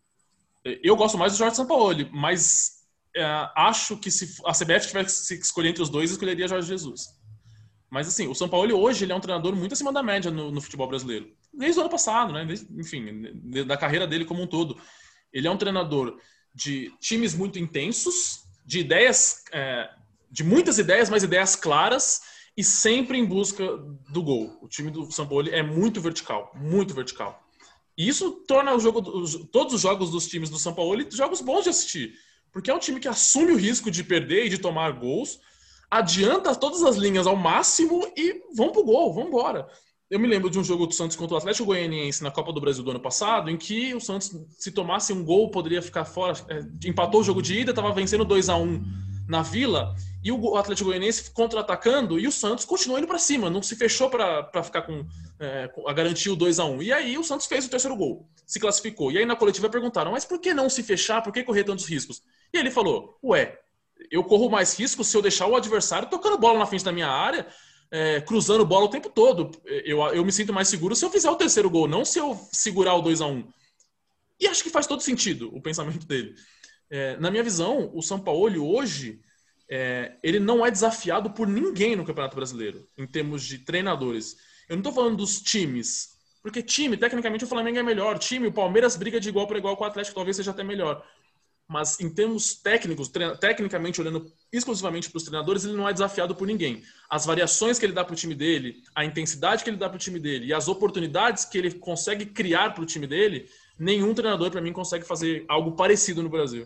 Eu gosto mais do Jorge Sampaoli, mas é, acho que se a C B F tivesse que escolher entre os dois, eu escolheria Jorge Jesus. Mas assim, o São Paulo hoje ele é um treinador muito acima da média no, no futebol brasileiro. Desde o ano passado, né? Desde, enfim, da carreira dele como um todo. Ele é um treinador de times muito intensos, de ideias, é, de muitas ideias, mas ideias claras e sempre em busca do gol. O time do São Paulo é muito vertical, muito vertical. E isso torna o jogo, todos os jogos dos times do São Paulo jogos bons de assistir, porque é um time que assume o risco de perder e de tomar gols, adianta todas as linhas ao máximo e vão pro gol, vão embora. Eu me lembro de um jogo do Santos contra o Atlético Goianiense na Copa do Brasil do ano passado, em que o Santos, se tomasse um gol, poderia ficar fora. Empatou o jogo de ida, estava vencendo dois a um na Vila, e o Atlético Goianiense contra-atacando, e o Santos continuou indo para cima, não se fechou para ficar com, é, a garantir o dois a um. E aí o Santos fez o terceiro gol, se classificou. E aí na coletiva perguntaram, mas por que não se fechar, por que correr tantos riscos? E ele falou, ué, eu corro mais risco se eu deixar o adversário tocando bola na frente da minha área, é, cruzando bola o tempo todo. Eu, eu me sinto mais seguro se eu fizer o terceiro gol, não se eu segurar o dois a um. E acho que faz todo sentido o pensamento dele. É, na minha visão, o Sampaoli hoje, é, ele não é desafiado por ninguém no Campeonato Brasileiro, em termos de treinadores. Eu não estou falando dos times, porque time, tecnicamente o Flamengo é melhor. Time, o Palmeiras briga de igual para igual com o Atlético, talvez seja até melhor. Mas em termos técnicos, tecnicamente olhando exclusivamente para os treinadores, ele não é desafiado por ninguém. As variações que ele dá para o time dele, a intensidade que ele dá para o time dele e as oportunidades que ele consegue criar para o time dele, nenhum treinador, para mim, consegue fazer algo parecido no Brasil.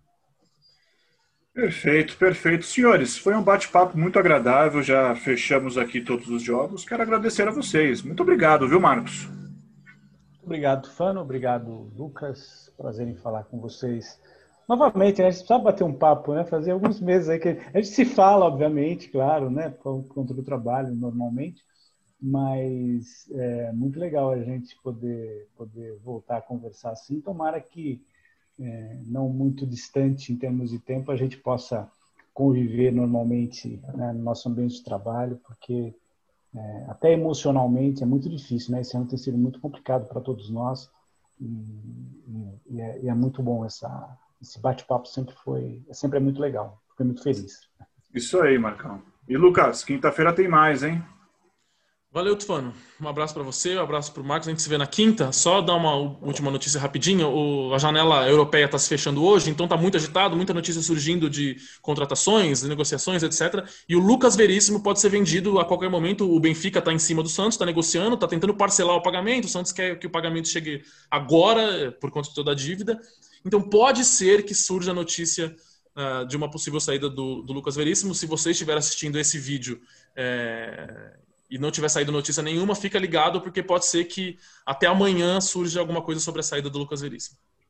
Perfeito, perfeito. Senhores, foi um bate-papo muito agradável, já fechamos aqui todos os jogos. Quero agradecer a vocês. Muito obrigado, viu, Marcos? Obrigado, Fano. Obrigado, Lucas. Prazer em falar com vocês. Novamente, né, a gente precisa bater um papo, né? Fazer alguns meses aí que a gente se fala, obviamente, claro, né? Por conta do trabalho, normalmente, mas é muito legal a gente poder, poder voltar a conversar assim. Tomara que, é, não muito distante em termos de tempo, a gente possa conviver normalmente, né, no nosso ambiente de trabalho, porque é, até emocionalmente é muito difícil, né? Esse ano tem sido muito complicado para todos nós e, e, e, é, e é muito bom essa... Esse bate-papo sempre foi, sempre é muito legal. Fiquei muito feliz. Isso aí, Marcão. E Lucas, quinta-feira tem mais, hein? Valeu, Tufano. Um abraço para você, um abraço para o Marcos. A gente se vê na quinta. Só dar uma última notícia rapidinha. O, a janela europeia está se fechando hoje, então está muito agitado, muita notícia surgindo de contratações, de negociações, etcétera. E o Lucas Veríssimo pode ser vendido a qualquer momento. O Benfica está em cima do Santos, está negociando, está tentando parcelar o pagamento. O Santos quer que o pagamento chegue agora, por conta de toda a dívida. Então pode ser que surja a notícia uh, de uma possível saída do, do Lucas Veríssimo. Se você estiver assistindo esse vídeo é, e não tiver saído notícia nenhuma, fica ligado, porque pode ser que até amanhã surja alguma coisa sobre a saída do Lucas Veríssimo.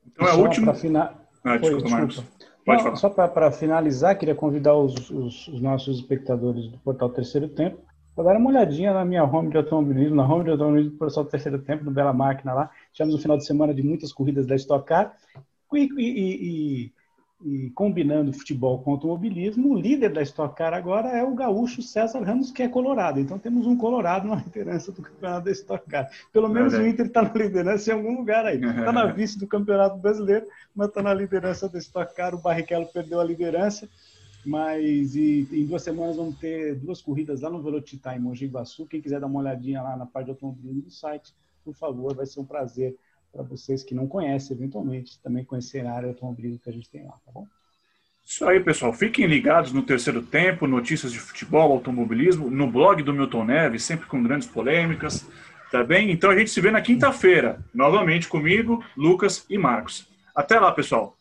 Então é o último... Fina... Ah, desculpa, Foi, Marcos. Pode Não, falar. só para finalizar, queria convidar os, os, os nossos espectadores do Portal Terceiro Tempo para dar uma olhadinha na minha home de automobilismo, na home de automobilismo do Portal Terceiro Tempo, no Bela Máquina lá. Tivemos um final de semana de muitas corridas da Stock Car e, e, e, e combinando futebol com automobilismo, o líder da Stock Car agora é o gaúcho César Ramos, que é colorado. Então temos um colorado na liderança do campeonato da Stock Car. Pelo menos o Inter está na liderança em algum lugar aí. Está na vice do Campeonato Brasileiro, mas está na liderança da Stock Car. O Barrichello perdeu a liderança, mas e, em duas semanas vamos ter duas corridas lá no Velocitar, em Mogi Guaçu. Quem quiser dar uma olhadinha lá na parte de automobilismo do site, por favor, vai ser um prazer para vocês que não conhecem, eventualmente, também conhecer a área automobilismo que a gente tem lá, tá bom? Isso aí, pessoal. Fiquem ligados no Terceiro Tempo, notícias de futebol, automobilismo, no blog do Milton Neves, sempre com grandes polêmicas, tá bem? Então a gente se vê na quinta-feira, novamente comigo, Lucas e Marcos. Até lá, pessoal.